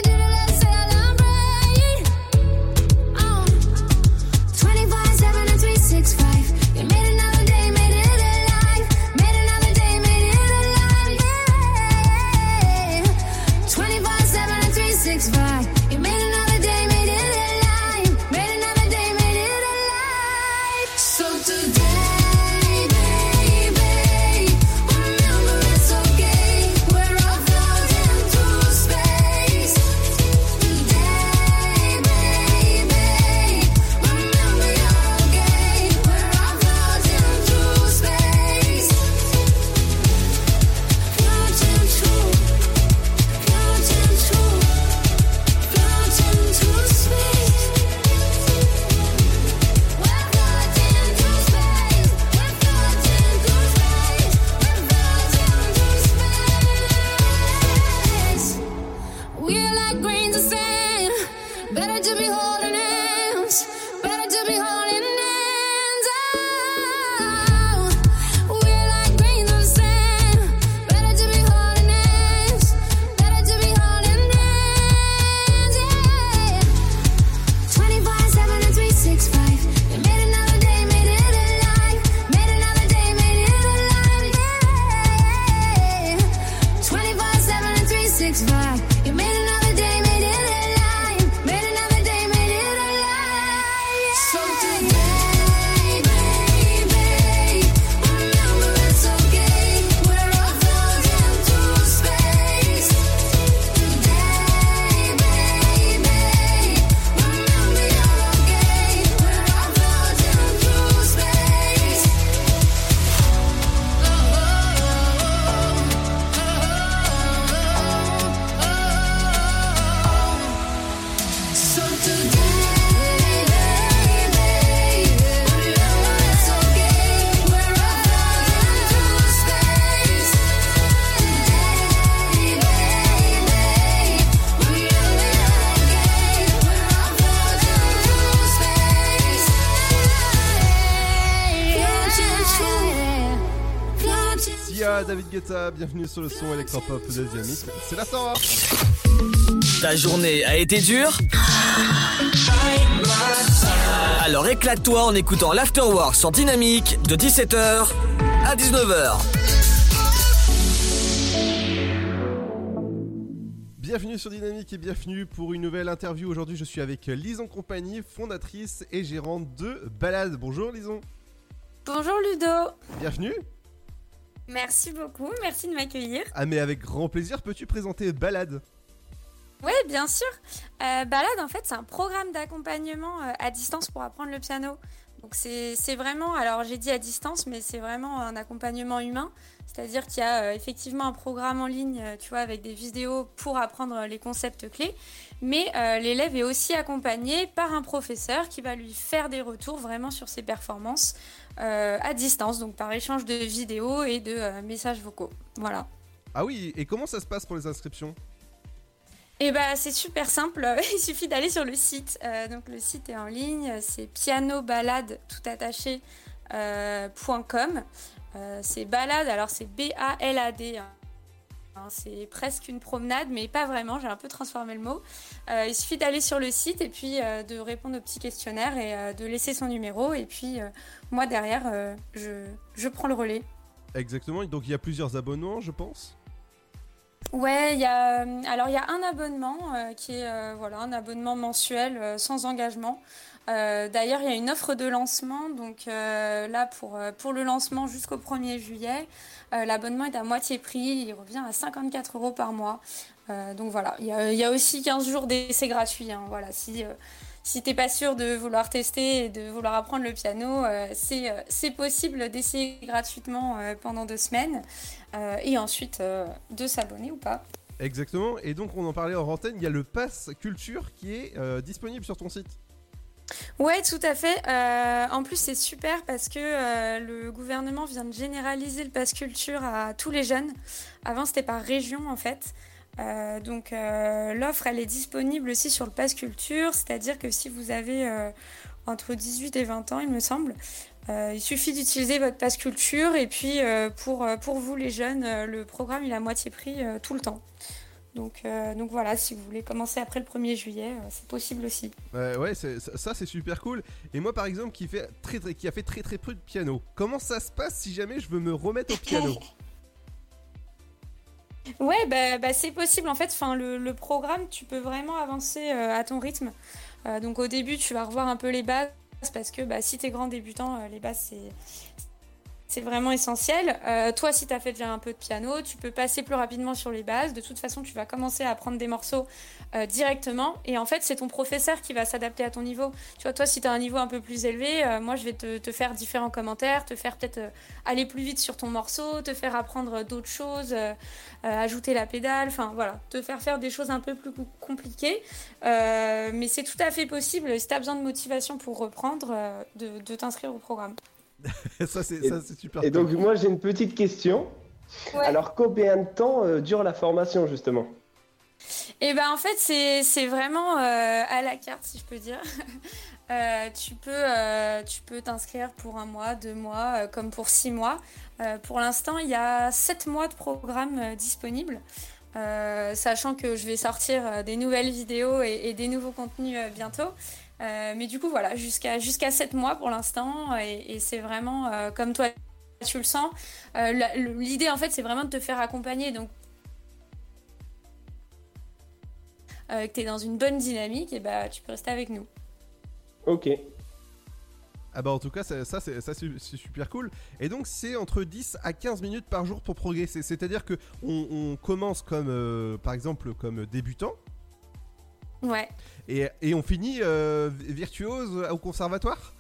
David Guetta, bienvenue sur le son électropop de Dynamique. C'est la Torah. Ta journée a été dure? Alors éclate-toi en écoutant l'Afterwork sur Dynamique de dix-sept heures à dix-neuf heures. Bienvenue sur Dynamique et bienvenue pour une nouvelle interview. Aujourd'hui, je suis avec Lison Compagnie, fondatrice et gérante de Balade. Bonjour Lison. Bonjour Ludo. Bienvenue. Merci beaucoup, merci de m'accueillir. Ah mais avec grand plaisir, peux-tu présenter Balade ? Oui, bien sûr. Euh, Balade, en fait, c'est un programme d'accompagnement euh, à distance pour apprendre le piano. Donc c'est, c'est vraiment, alors j'ai dit à distance, mais c'est vraiment un accompagnement humain. C'est-à-dire qu'il y a euh, effectivement un programme en ligne, euh, tu vois, avec des vidéos pour apprendre les concepts clés. Mais euh, l'élève est aussi accompagné par un professeur qui va lui faire des retours vraiment sur ses performances euh, à distance, donc par échange de vidéos et de euh, messages vocaux. Voilà. Ah oui, et comment ça se passe pour les inscriptions ? Eh ben, c'est super simple, il suffit d'aller sur le site. Euh, donc le site est en ligne, c'est pianobalade tout attaché euh, .com. Euh, c'est balade, alors c'est B A L A D. Hein. Hein, c'est presque une promenade, mais pas vraiment, j'ai un peu transformé le mot. Euh, il suffit d'aller sur le site et puis euh, de répondre au petit questionnaire et euh, de laisser son numéro. Et puis euh, moi derrière, euh, je, je prends le relais. Exactement, donc il y a plusieurs abonnements, je pense. Ouais, il y a alors il y a un abonnement euh, qui est euh, voilà un abonnement mensuel euh, sans engagement. Euh, d'ailleurs, il y a une offre de lancement, donc euh, là pour euh, pour le lancement jusqu'au premier juillet, euh, l'abonnement est à moitié prix, il revient à cinquante-quatre euros par mois. Euh, donc voilà, il y a il y a aussi quinze jours d'essai gratuit. Hein, voilà, si euh, si t'es pas sûr de vouloir tester et de vouloir apprendre le piano, euh, c'est, euh, c'est possible d'essayer gratuitement euh, pendant deux semaines euh, et ensuite euh, de s'abonner ou pas. Exactement, et donc on en parlait en antenne, il y a le Pass Culture qui est euh, disponible sur ton site. Ouais, tout à fait. Euh, en plus, c'est super parce que euh, le gouvernement vient de généraliser le Pass Culture à tous les jeunes. Avant, c'était par région en fait. Euh, donc euh, l'offre elle est disponible aussi sur le Pass Culture, c'est-à-dire que si vous avez euh, entre dix-huit et vingt ans il me semble, euh, il suffit d'utiliser votre Pass Culture et puis euh, pour, pour vous les jeunes, euh, le programme il est à moitié prix euh, tout le temps. Donc, euh, donc voilà, si vous voulez commencer après le premier juillet, euh, c'est possible aussi. Euh, ouais, c'est, ça c'est super cool. Et moi par exemple qui, fait très, très, qui a fait très très peu de piano, comment ça se passe si jamais je veux me remettre au piano ? Ouais, bah, bah, c'est possible. En fait, enfin, le, le programme, tu peux vraiment avancer euh, à ton rythme. Euh, donc au début, tu vas revoir un peu les bases parce que bah, si tu es grand débutant, euh, les bases, c'est, c'est vraiment essentiel. Euh, toi, si tu as fait déjà un peu de piano, tu peux passer plus rapidement sur les bases. De toute façon, tu vas commencer à apprendre des morceaux euh, directement. Et en fait, c'est ton professeur qui va s'adapter à ton niveau. Tu vois, toi, si tu as un niveau un peu plus élevé, euh, moi, je vais te, te faire différents commentaires, te faire peut-être euh, aller plus vite sur ton morceau, te faire apprendre d'autres choses, euh, euh, ajouter la pédale, enfin voilà, te faire faire des choses un peu plus compliquées. Euh, mais c'est tout à fait possible, si tu as besoin de motivation pour reprendre, euh, de, de t'inscrire au programme. ça, c'est, et, ça, c'est super. Et donc, moi, j'ai une petite question. Ouais. Alors, combien de temps euh, dure la formation, justement ? Eh ben, en fait, c'est, c'est vraiment euh, à la carte, si je peux dire. euh, tu, peux, euh, tu peux t'inscrire pour un mois, deux mois, euh, comme pour six mois. Euh, pour l'instant, il y a sept mois de programme euh, disponibles. Euh, sachant que je vais sortir euh, des nouvelles vidéos et, et des nouveaux contenus euh, bientôt. Euh, mais du coup, voilà, jusqu'à, jusqu'à sept mois pour l'instant. Et, et c'est vraiment, euh, comme toi, tu le sens. Euh, la, l'idée, en fait, c'est vraiment de te faire accompagner. Donc, euh, que tu es dans une bonne dynamique, et bah, tu peux rester avec nous. Ok. Ah bah en tout cas, ça, ça, c'est, ça c'est, c'est super cool. Et donc, c'est entre dix à quinze minutes par jour pour progresser. C'est-à-dire qu'on on commence comme, euh, par exemple, comme débutant. Ouais. Et, et on finit euh, virtuose au conservatoire.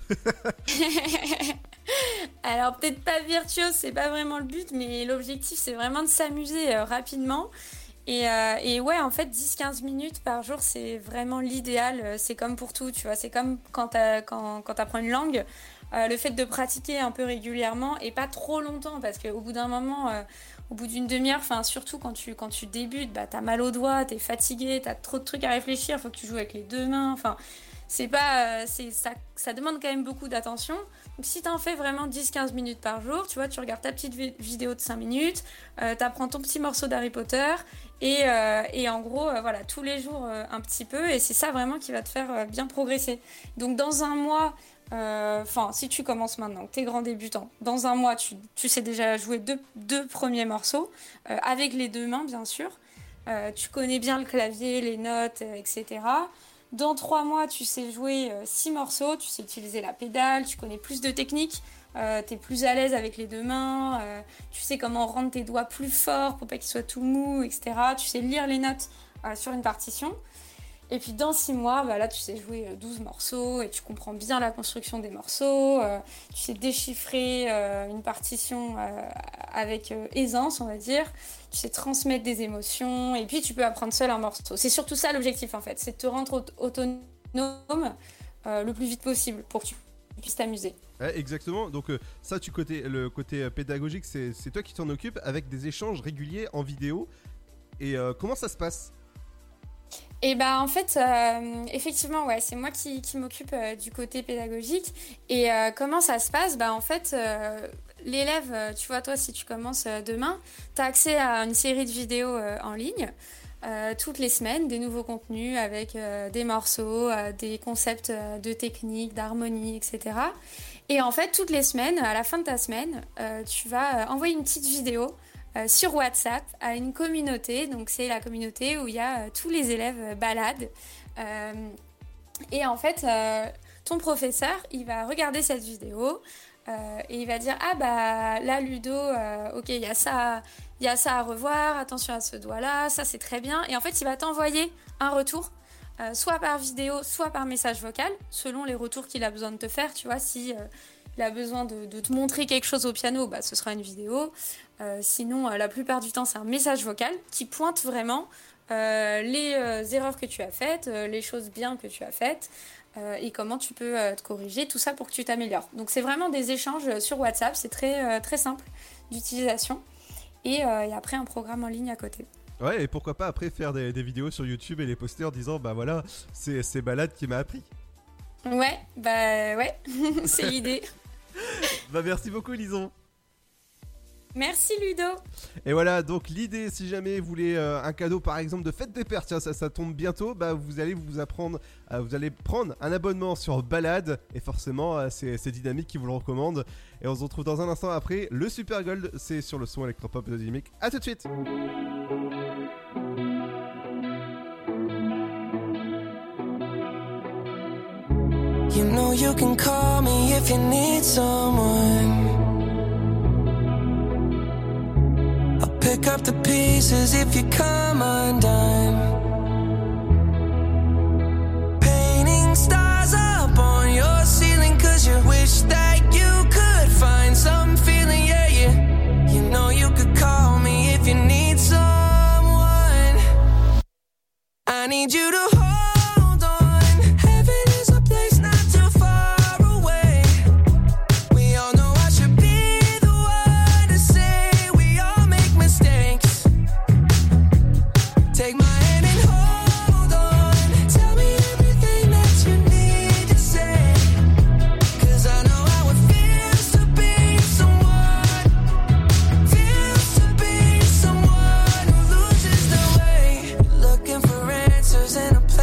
Alors peut-être pas virtuose, c'est pas vraiment le but, mais l'objectif c'est vraiment de s'amuser euh, rapidement. Et, euh, et ouais, en fait, dix à quinze minutes par jour, c'est vraiment l'idéal. C'est comme pour tout, tu vois. C'est comme quand t'as, quand, quand t'apprends une langue. Euh, le fait de pratiquer un peu régulièrement et pas trop longtemps, parce qu'au bout d'un moment, euh, au bout d'une demi-heure, enfin surtout quand tu, quand tu débutes, bah, t'as mal aux doigts, t'es fatigué, t'as trop de trucs à réfléchir, faut que tu joues avec les deux mains, enfin c'est pas, euh, c'est, ça, ça demande quand même beaucoup d'attention. Donc si tu en fais vraiment dix à quinze minutes par jour, tu vois, tu regardes ta petite vi- vidéo de cinq minutes, euh, tu apprends ton petit morceau d'Harry Potter, et, euh, et en gros, euh, voilà, tous les jours euh, un petit peu, et c'est ça vraiment qui va te faire euh, bien progresser. Donc dans un mois, enfin, euh, si tu commences maintenant, que tu es grand débutant, dans un mois, tu, tu sais déjà jouer deux, deux premiers morceaux, euh, avec les deux mains, bien sûr. Euh, tu connais bien le clavier, les notes, euh, et cetera. Dans trois mois, tu sais jouer euh, six morceaux, tu sais utiliser la pédale, tu connais plus de techniques, euh, tu es plus à l'aise avec les deux mains, euh, tu sais comment rendre tes doigts plus forts pour pas qu'ils soient tout mous, et cetera. Tu sais lire les notes euh, sur une partition. Et puis dans six mois, bah là, tu sais jouer douze morceaux et tu comprends bien la construction des morceaux. Euh, tu sais déchiffrer euh, une partition euh, avec euh, aisance, on va dire. Tu sais transmettre des émotions et puis tu peux apprendre seul un morceau. C'est surtout ça l'objectif en fait, c'est de te rendre autonome euh, le plus vite possible pour que tu puisses t'amuser. Ouais, exactement, donc euh, ça, tu côté, le côté pédagogique, c'est, c'est toi qui t'en occupes avec des échanges réguliers en vidéo. Et euh, comment ça se passe ? Et bah en fait, euh, effectivement, ouais, c'est moi qui, qui m'occupe euh, du côté pédagogique. Et euh, comment ça se passe ? Bah en fait, euh, l'élève, euh, tu vois, toi, si tu commences euh, demain, tu as accès à une série de vidéos euh, en ligne, euh, toutes les semaines, des nouveaux contenus avec euh, des morceaux, euh, des concepts euh, de technique, d'harmonie, et cetera. Et en fait, toutes les semaines, à la fin de ta semaine, euh, tu vas euh, envoyer une petite vidéo Euh, sur WhatsApp à une communauté, donc c'est la communauté où il y a euh, tous les élèves euh, balades euh, et en fait euh, ton professeur il va regarder cette vidéo euh, et il va dire ah bah là Ludo euh, ok il y a ça il y a ça à revoir, attention à ce doigt là, ça c'est très bien, et en fait il va t'envoyer un retour euh, soit par vidéo soit par message vocal selon les retours qu'il a besoin de te faire, tu vois, si euh, il a besoin de, de te montrer quelque chose au piano, bah, ce sera une vidéo. Euh, sinon, euh, la plupart du temps, c'est un message vocal qui pointe vraiment euh, les euh, erreurs que tu as faites, euh, les choses bien que tu as faites euh, et comment tu peux euh, te corriger, tout ça pour que tu t'améliores. Donc, c'est vraiment des échanges sur WhatsApp, c'est très, euh, très simple d'utilisation. Et, euh, et après, un programme en ligne à côté. Ouais, et pourquoi pas après faire des, des vidéos sur YouTube et les poster en disant bah voilà, c'est, c'est Balade qui m'a appris. Ouais, bah ouais, c'est l'idée. Bah merci beaucoup Lison. Merci Ludo. Et voilà, donc l'idée, si jamais vous voulez euh, un cadeau par exemple de fête des pères, tiens ça, ça tombe bientôt, bah vous allez vous apprendre, euh, vous allez prendre un abonnement sur Balade et forcément euh, c'est, c'est Dynamique qui vous le recommande. Et on se retrouve dans un instant après le Super Gold, c'est sur le son électropop de Dynamique. A tout de suite. You know you can call me if you need someone. I'll pick up the pieces if you come undone. Painting stars up on your ceiling 'cause you wish that you could find some feeling, yeah, yeah. You know you could call me if you need someone. I need you to hold. In a place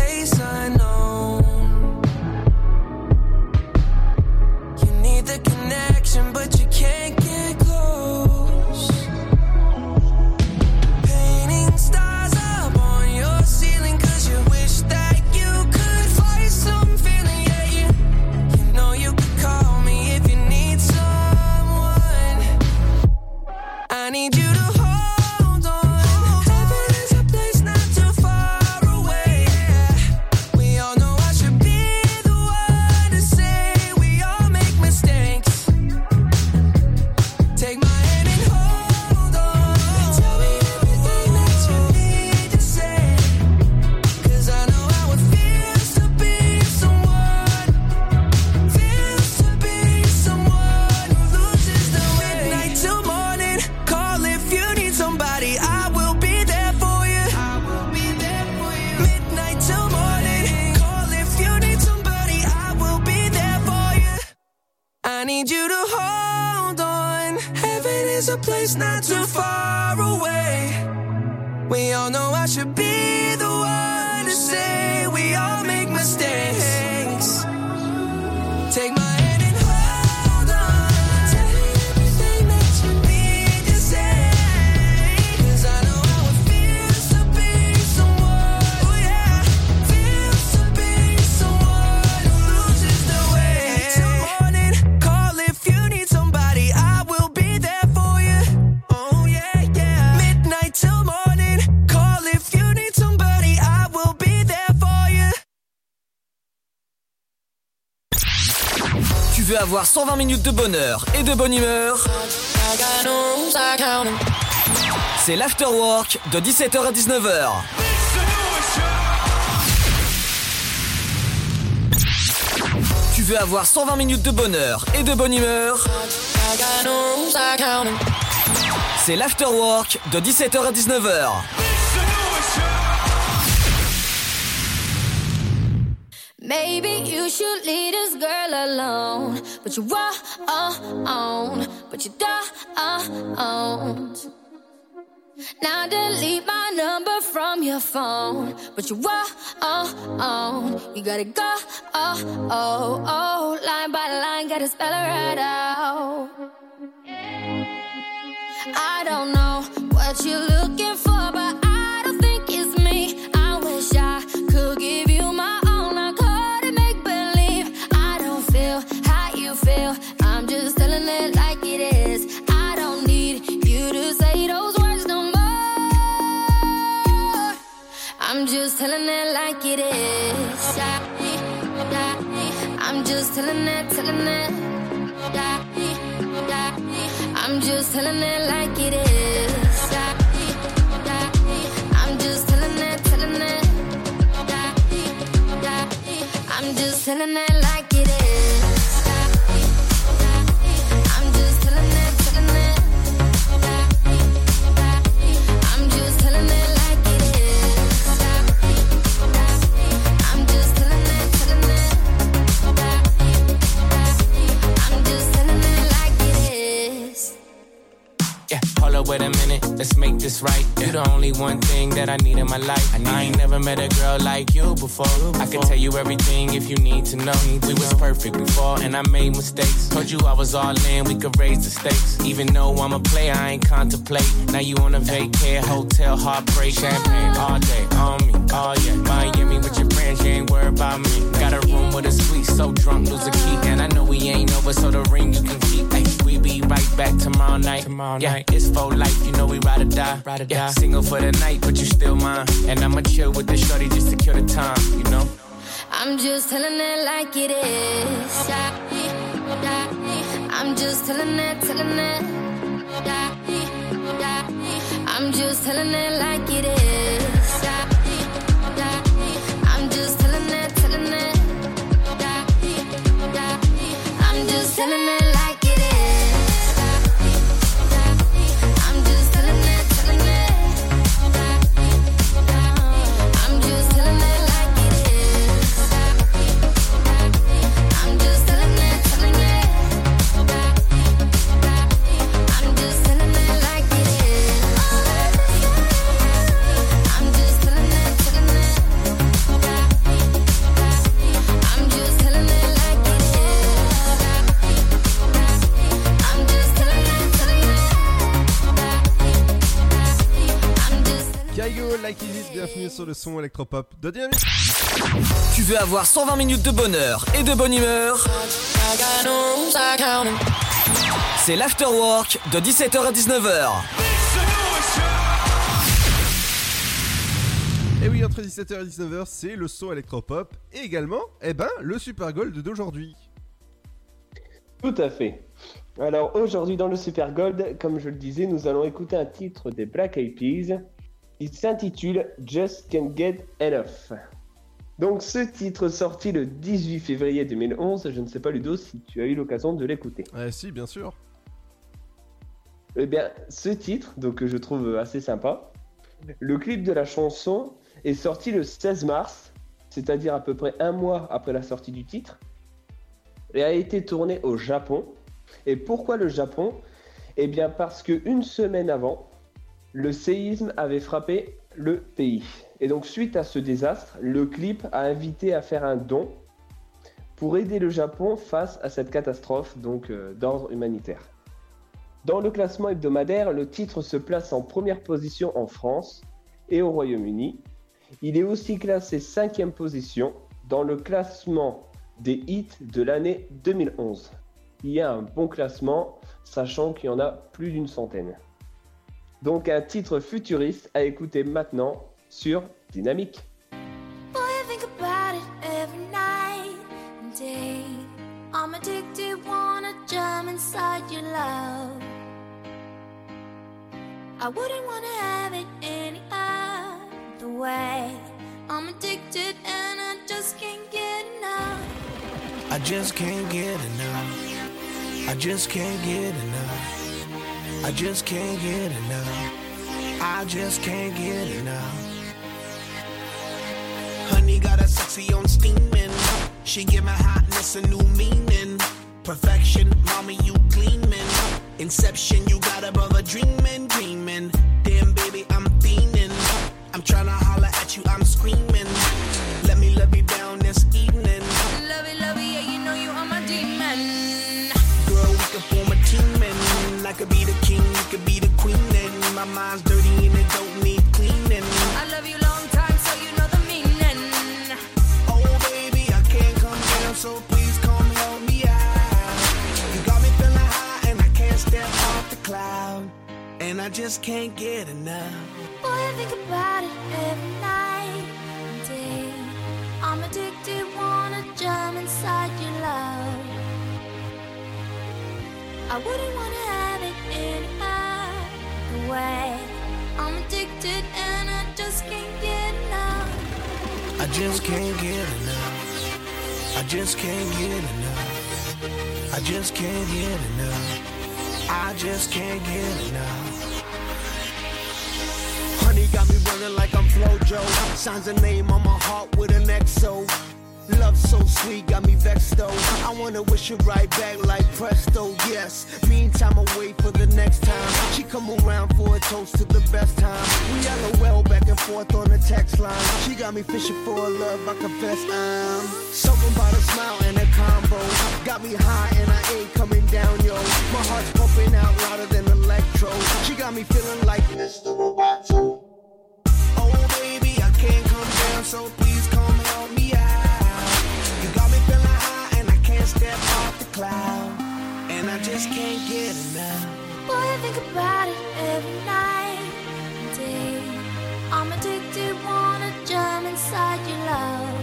place not too far away. We all know I should be the one to say we all make mistakes. Take my hand and hold on. Tell me everything that you need to say. 'Cause I know how it feels to be someone, oh yeah, feels to be someone who loses their way. Till morning, call if you need somebody, I will be there for you. Oh yeah, yeah. Midnight till morning, call if you need somebody, I will be there for you. Tu veux avoir cent vingt minutes de bonheur et de bonne humeur? C'est l'Afterwork de dix-sept heures à dix-neuf heures. Tu veux avoir cent vingt minutes de bonheur et de bonne humeur? C'est l'Afterwork de dix-sept heures à dix-neuf heures. Maybe you should leave this girl alone, but you won't, but you don't. Now delete my number from your phone, but you won't. You gotta go, oh, oh, oh, line by line, gotta spell it right out. I don't know what you're looking for, but I don't think it's me. I wish I could give you my all, I couldn't make believe. I don't feel how you feel, I'm just telling it like it is. I don't need you to say those words no more, I'm just telling it like it is. I'm just telling it, telling it. I'm just telling it like it is. I'm just telling it, telling it. I'm just telling it like it is. I'm just telling it, telling it. I'm just telling it like it is. I'm just telling it, telling it. I'm just telling it like it is. Yeah, hold up, wait a minute, let's make this right. Yeah. You're the only one thing that I need in my life. I, I ain't never met a girl like you before. you before. I can tell you everything if you need to know. Need to we know. Was perfect before and I made mistakes. Told you I was all in, we could raise the stakes. Even though I'm a player, I ain't contemplate. Now you on a vacay, hotel, heartbreak. Champagne all day, on me, oh yeah. Miami with your friends, you ain't worried about me. Got a room with a suite, so drunk, lose a key. And I know we ain't over, so the ring you can keep. Ay, we be right back tomorrow night. Tomorrow yeah, night. It's for life, you know we ride or die. Ride or yeah, die. Single for the night, but you still mine. And I'ma chill with the shorty just to kill the time, you know. I'm just telling it like it is. I'm just telling it, telling it. I'm just telling it like it is. I'm just telling it, telling it. I'm just telling it like it is. I'm just telling it, telling it. I'm just telling it like it is. I'm just telling it, telling it. I'm just telling it like it is. I'm just telling it, telling it. I'm just telling it like it is. I'm just telling it, telling it. I'm just Kaigo, Like It Is, bienvenue sur le son électropop de Dynamique. Tu veux avoir cent vingt minutes de bonheur et de bonne humeur? C'est l'Afterwork de dix-sept heures à dix-neuf heures. Et oui, entre dix-sept heures et dix-neuf heures, c'est le son électropop et également, eh ben, le Super Gold d'aujourd'hui. Tout à fait. Alors aujourd'hui dans le Super Gold, comme je le disais, nous allons écouter un titre des Black Eyed Peas. Il s'intitule Just Can't Get Enough. Donc ce titre sorti le dix-huit février deux mille onze, je ne sais pas Ludo si tu as eu l'occasion de l'écouter. Euh, si, bien sûr. Eh bien, ce titre, donc que je trouve assez sympa, le clip de la chanson est sorti le seize mars, c'est-à-dire à peu près un mois après la sortie du titre, et a été tourné au Japon. Et pourquoi le Japon ? Eh bien parce qu'une semaine avant, le séisme avait frappé le pays. Et donc suite à ce désastre, le clip a invité à faire un don pour aider le Japon face à cette catastrophe donc euh, d'ordre humanitaire. Dans le classement hebdomadaire, le titre se place en première position en France et au Royaume-Uni. Il est aussi classé cinquième position dans le classement des hits de l'année deux mille onze. Il y a un bon classement, sachant qu'il y en a plus d'une centaine. Donc un titre futuriste à écouter maintenant sur Dynamique. Boy, I think about it every night and day. I'm addicted, wanna jump inside your love. I wouldn't wanna have it any other way. I'm addicted and I just can't get enough. I just can't get enough. I just can't get enough. I just can't get enough. I just can't get enough. Honey got a sexy on steaming. She give my hotness a new meaning. Perfection, mommy, you gleaming. Inception, you got a brother dreaming, dreaming. Damn, baby, I'm fiending. I'm tryna holler at you, I'm screaming. Let me love you down this evening. Love it, love it, yeah, you know you are my demon. Girl, we could form a team and I could be the king, you could be the queen. And my mind's dirty and it don't need cleaning. I love you long time, so you know the meaning. Oh, baby, I can't come down, so please come help me out. You got me feeling high and I can't step off the cloud. And I just can't get enough. Boy, I think about it every night and day. I'm addicted, wanna jump inside your love. I wouldn't wanna have it any other way. I'm addicted and I just can't get enough. I just can't get enough. I just can't get enough. I just can't get enough. I just can't get enough. Honey got me running like I'm Flojo. Signs a name on my heart with an X O. Love so sweet, got me vexed though. I wanna wish it right back like presto, yes. Meantime, I wait for the next time. She come around for a toast to the best time. We LOL back and forth on the text line. She got me fishing for a love, I confess I'm something about a smile and a combo. Got me high and I ain't coming down, yo. My heart's pumping out louder than electro. She got me feeling like Mister Roboto. Oh baby, I can't come down, so please come help me out. Step off the cloud, and I just can't get enough. Boy, I think about it every night and day. I'm addicted, wanna jump inside your love.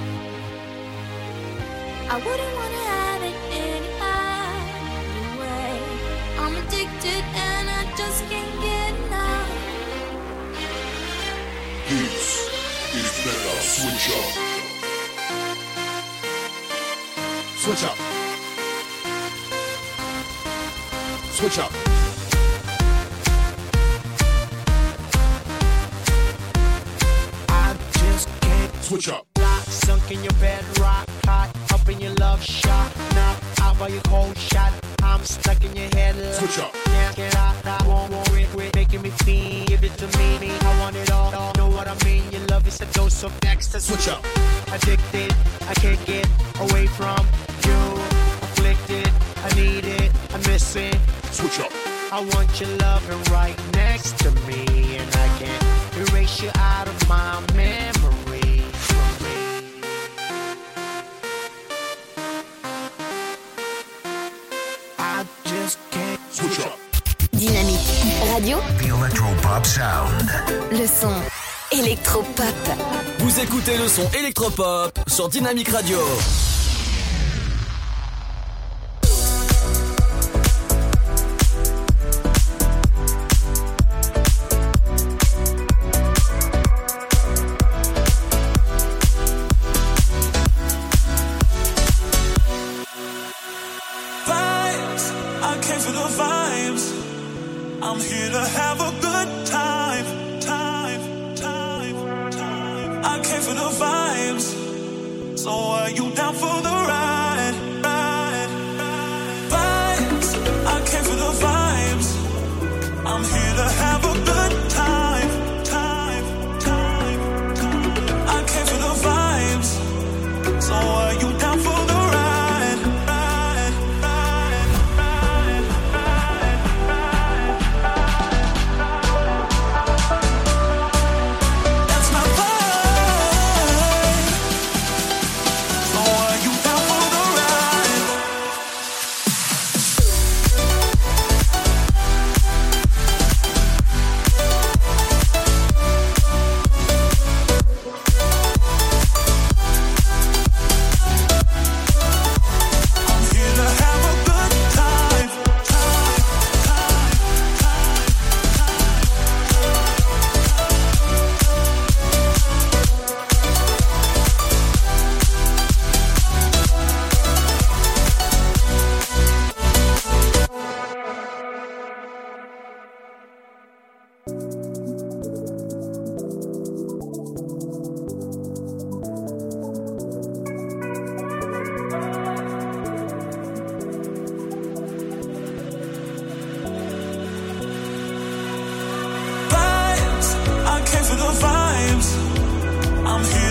I wouldn't wanna have it any other way. I'm addicted and I just can't get enough. This is Mega Switch Up. Switch up. Switch up. I just can't switch up. Lock, sunk in your bed, rock hot, up in your love shot. Now out by your cold shot. I'm stuck in your head. Like, switch up. Can't get out. I won't worry. Quit making me feel. Give it to me. I want it all. all. Know what I mean? Your love is a dose of next. Switch up. Addicted. I can't get away from you. Afflicted. I need it. I miss it. Switch up. I want your loving right next to me, and I can't erase you out of my memory. I just can't switch up. Dynamique Radio. The Electropop Sound. Le son électropop. Vous écoutez le son électropop sur Dynamique Radio. I'm here to have a good time, time, time, time. I came for the vibes, so are you down for the ride, ride, ride? Vibes, I came for the vibes,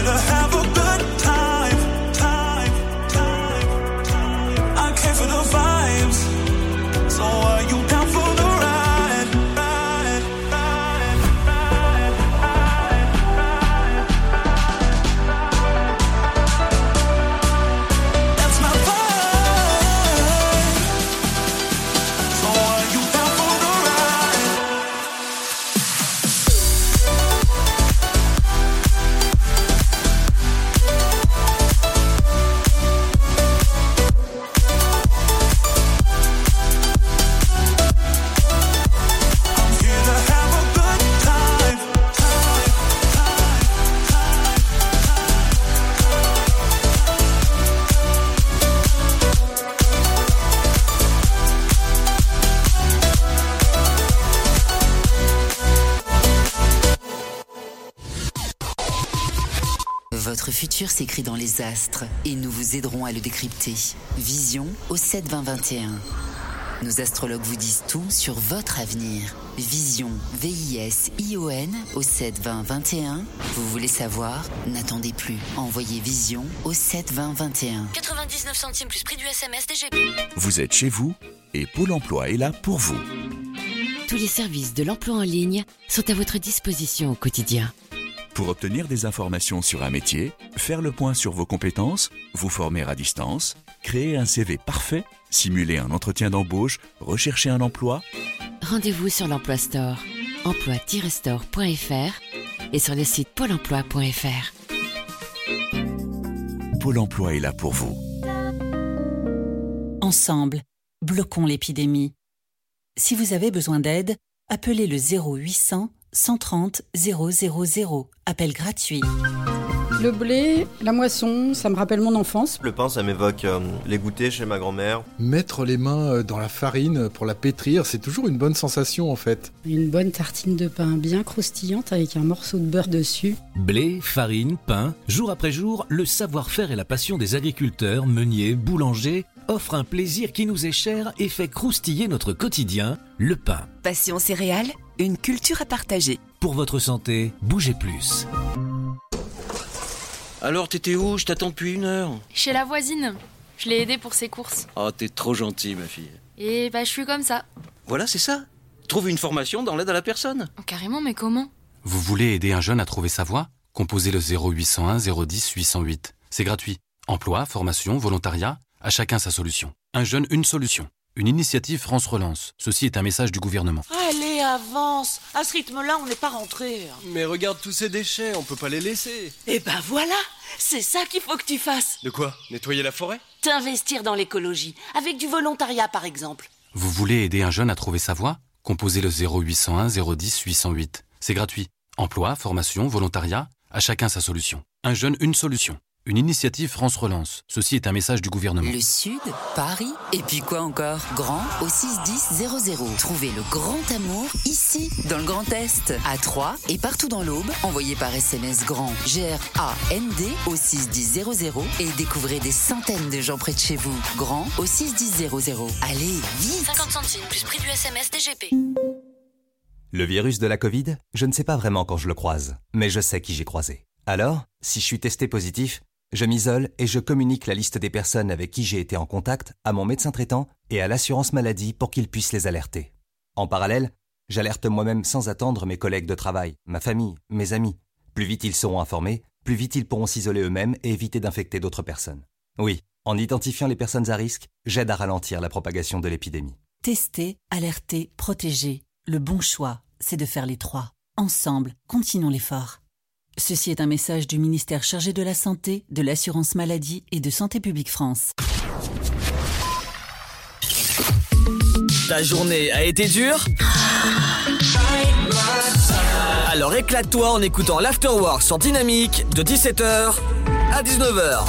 to have a good time, time, time, time. I came for the vibes, so are you down for the ride? Ride, ride, ride, ride, ride, ride. That's my vibe. So are you down for the ride? I'm here to have a good time, time, Votre futur s'écrit dans les astres et nous vous aiderons à le décrypter. Vision au sept vingt vingt et un. Nos astrologues vous disent tout sur votre avenir. Vision, V I S I O N au sept vingt vingt et un. Vous voulez savoir? N'attendez plus. Envoyez Vision au sept vingt vingt et un. quatre-vingt-dix-neuf centimes plus prix du S M S D G P. Vous êtes chez vous et Pôle emploi est là pour vous. Tous les services de l'emploi en ligne sont à votre disposition au quotidien. Pour obtenir des informations sur un métier, faire le point sur vos compétences, vous former à distance, créer un C V parfait, simuler un entretien d'embauche, rechercher un emploi, Rendez-vous sur l'Emploi Store, emploi tiret store point f r et sur le site pôle emploi point f r. Pôle emploi est là pour vous. Ensemble, bloquons l'épidémie. Si vous avez besoin d'aide, appelez le zéro huit cents cent trente zéro zéro zéro. Appel gratuit. Le blé, la moisson, ça me rappelle mon enfance. Le pain, ça m'évoque euh, les goûters chez ma grand-mère. Mettre les mains dans la farine pour la pétrir, c'est toujours une bonne sensation en fait. Une bonne tartine de pain bien croustillante avec un morceau de beurre dessus. Blé, farine, pain, jour après jour, le savoir-faire et la passion des agriculteurs, meuniers, boulangers offrent un plaisir qui nous est cher et fait croustiller notre quotidien, le pain. Passion céréales, une culture à partager. Pour votre santé, bougez plus. Alors, t'étais où? Je t'attends depuis une heure. Chez la voisine. Je l'ai aidée pour ses courses. Oh, t'es trop gentille, ma fille. Et bah, je suis comme ça. Voilà, c'est ça. Trouve une formation dans l'aide à la personne. Oh, carrément, mais comment? Vous voulez aider un jeune à trouver sa voie? Composez le zéro huit cent un zéro dix huit cent huit. C'est gratuit. Emploi, formation, volontariat, à chacun sa solution. Un jeune, une solution. Une initiative France Relance. Ceci est un message du gouvernement. Allez, avance. À ce rythme-là, on n'est pas rentré. Mais regarde tous ces déchets, on peut pas les laisser. Eh ben voilà, c'est ça qu'il faut que tu fasses. De quoi? Nettoyer la forêt? T'investir dans l'écologie, avec du volontariat par exemple. Vous voulez aider un jeune à trouver sa voie? Composez le zéro huit cent un zéro dix huit cent huit. C'est gratuit. Emploi, formation, volontariat, à chacun sa solution. Un jeune, une solution. Une initiative France Relance. Ceci est un message du gouvernement. Le Sud, Paris, et puis quoi encore? Grand au six dix zéro zéro. Trouvez le grand amour ici, dans le Grand Est, à Troyes et partout dans l'Aube. Envoyez par S M S grand G R A N D au six dix zéro zéro et découvrez des centaines de gens près de chez vous. Grand au six dix zéro zéro. Allez, vite! cinquante centimes plus prix du S M S D G P. Le virus de la Covid, je ne sais pas vraiment quand je le croise, mais je sais qui j'ai croisé. Alors, si je suis testé positif, je m'isole et je communique la liste des personnes avec qui j'ai été en contact à mon médecin traitant et à l'assurance maladie pour qu'ils puissent les alerter. En parallèle, j'alerte moi-même sans attendre mes collègues de travail, ma famille, mes amis. Plus vite ils seront informés, plus vite ils pourront s'isoler eux-mêmes et éviter d'infecter d'autres personnes. Oui, en identifiant les personnes à risque, j'aide à ralentir la propagation de l'épidémie. Tester, alerter, protéger. Le bon choix, c'est de faire les trois. Ensemble, continuons l'effort. Ceci est un message du ministère chargé de la Santé, de l'Assurance Maladie et de Santé Publique France. Ta journée a été dure? Alors éclate-toi en écoutant l'Afterwork sur Dynamique de dix-sept heures à dix-neuf heures.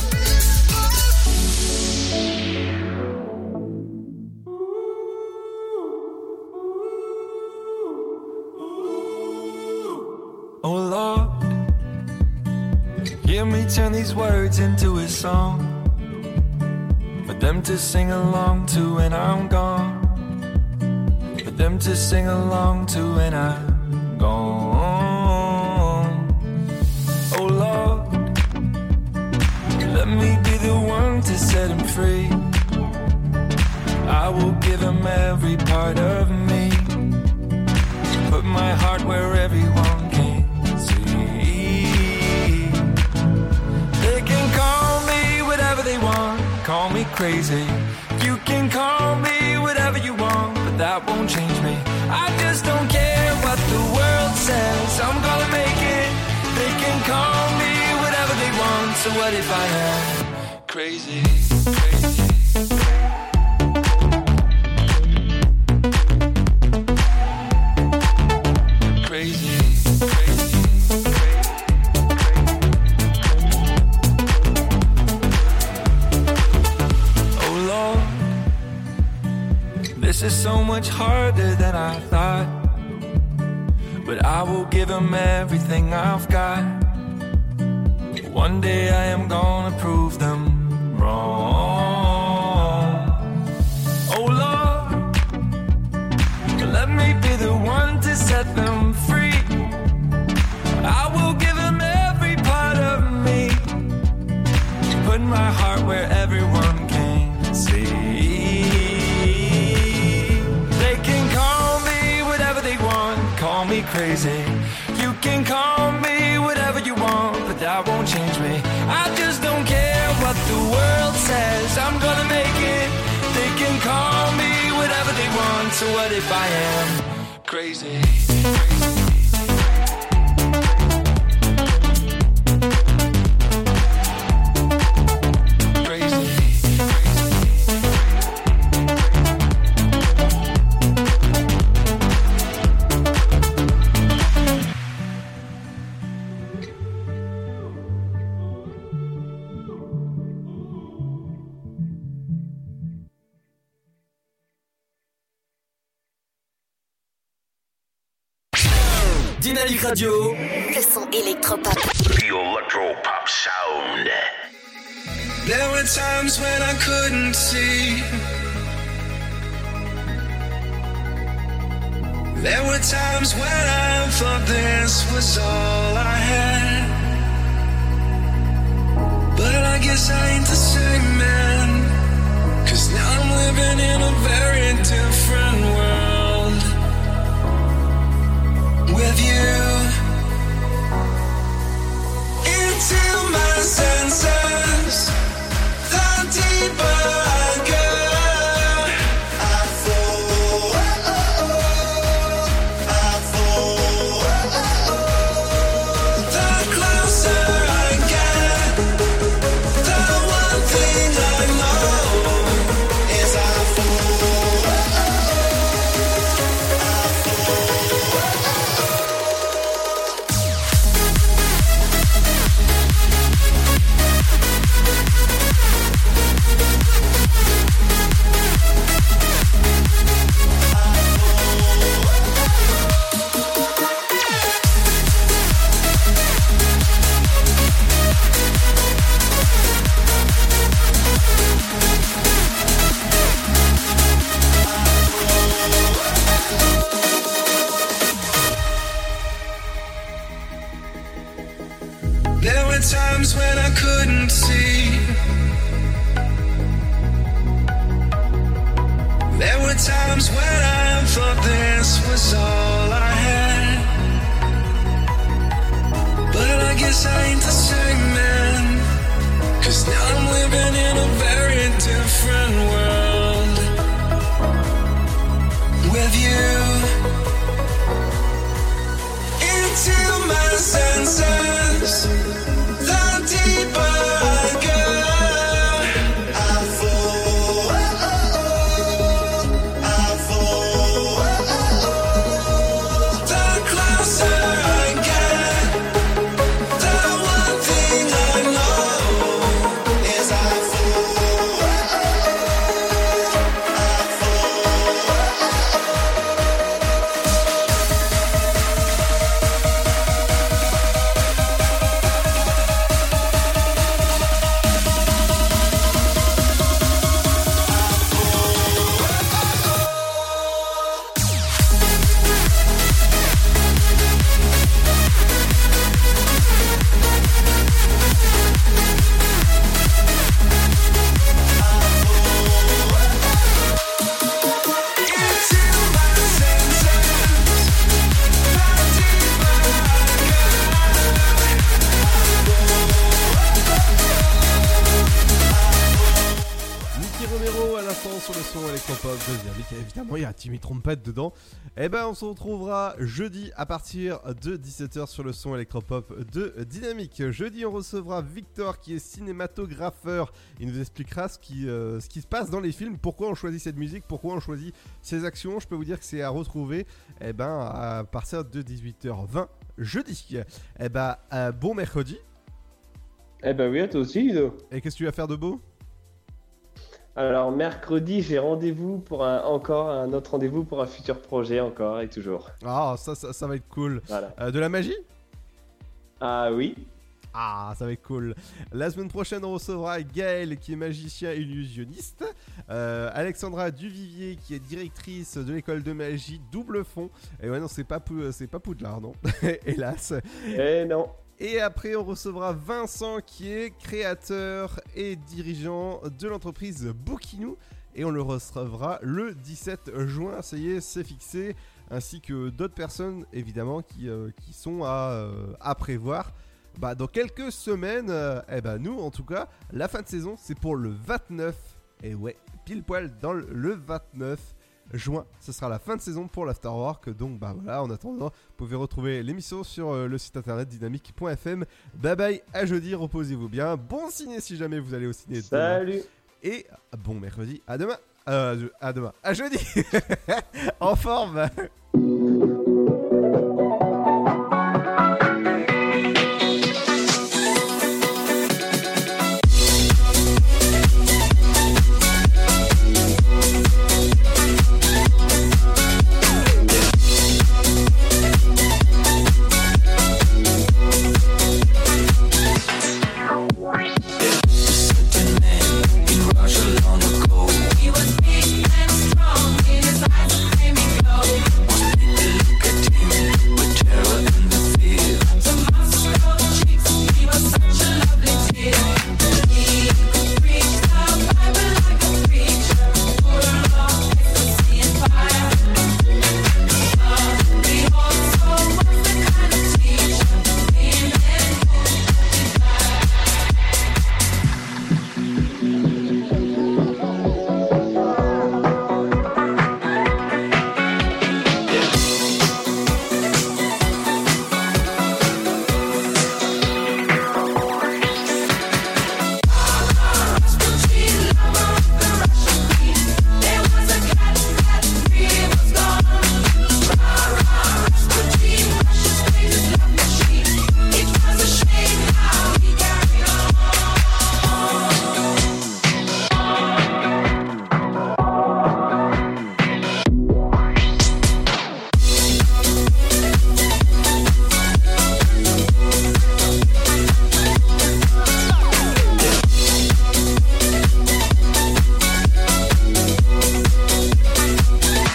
Oh Lord, hear me turn these words into a song for them to sing along to when I'm gone, for them to sing along to when I'm gone. Oh Lord, crazy. You can call me whatever you want, but that won't change me. I just don't care what the world says, I'm gonna make it. They can call me whatever they want, so what if I am crazy, crazy? Crazy, crazy. Oh Lord, this is so much harder than I thought, but I will give him everything I've got. One day I am gonna prove them wrong. Oh Lord, let me be the one to set them free. I will give them every part of me, put my heart where everyone can see. They can call me whatever they want, call me crazy. You can call me whatever you want, but that won't change me. I just don't care what the world says, I'm gonna make it. They can call me whatever they want, so what if I am crazy? Dynamique Radio. Le son électropop. The electropop sound. There were times when I couldn't see. There were times when I thought this was all I had. But I guess I ain't the same man, 'cause now I'm living in a very different world with you. Into my senses, the deeper I go, I fall, I fall. The closer I get, the one thing I know is I fall, I There were times when I couldn't see. There were times when I thought this was all I had. But I guess I ain't the same man, 'cause now I'm living in a very different world with you. Into my senses, the deeper I go, I fall, I fall. The closer I get, the one thing I know is son électropop de Dynamique. Évidemment, il y a Timmy Trompette dedans. Et ben, on se retrouvera jeudi à partir de dix-sept heures sur le son électropop de Dynamique. Jeudi, on recevra Victor qui est cinématographeur. Il nous expliquera ce qui, euh, ce qui se passe dans les films, pourquoi on choisit cette musique, pourquoi on choisit ces actions. Je peux vous dire que c'est à retrouver eh ben, à partir de dix-huit heures vingt jeudi. Et ben, euh, bon mercredi. Eh ben oui, à toi aussi, Ludo. Et qu'est-ce que tu vas faire de beau ? Alors, mercredi, j'ai rendez-vous pour un, encore un autre rendez-vous pour un futur projet, encore et toujours. Ah, ça, ça, ça va être cool. Voilà. Euh, de la magie ? Ah oui. Ah, ça va être cool. La semaine prochaine, on recevra Gaël, qui est magicien illusionniste. Euh, Alexandra Duvivier, qui est directrice de l'école de magie Double Fond. Et ouais, non, c'est pas, c'est pas Poudlard, non. Hélas. Eh non. Et après, on recevra Vincent, qui est créateur et dirigeant de l'entreprise Bookinou. Et on le recevra le dix-sept juin, ça y est, c'est fixé. Ainsi que d'autres personnes, évidemment, qui, euh, qui sont à, euh, à prévoir. Bah, dans quelques semaines, euh, eh ben, nous, en tout cas, la fin de saison, c'est pour le vingt-neuf. Et ouais, pile poil dans le, le vingt-neuf juin, ce sera la fin de saison pour l'Afterwork. Donc bah voilà, en attendant, vous pouvez retrouver l'émission sur euh, le site internet dynamique point f m. Bye bye, à jeudi, reposez-vous bien. Bon ciné si jamais vous allez au ciné. Salut demain. Et bon mercredi, à demain. Euh, à demain, à jeudi. En forme.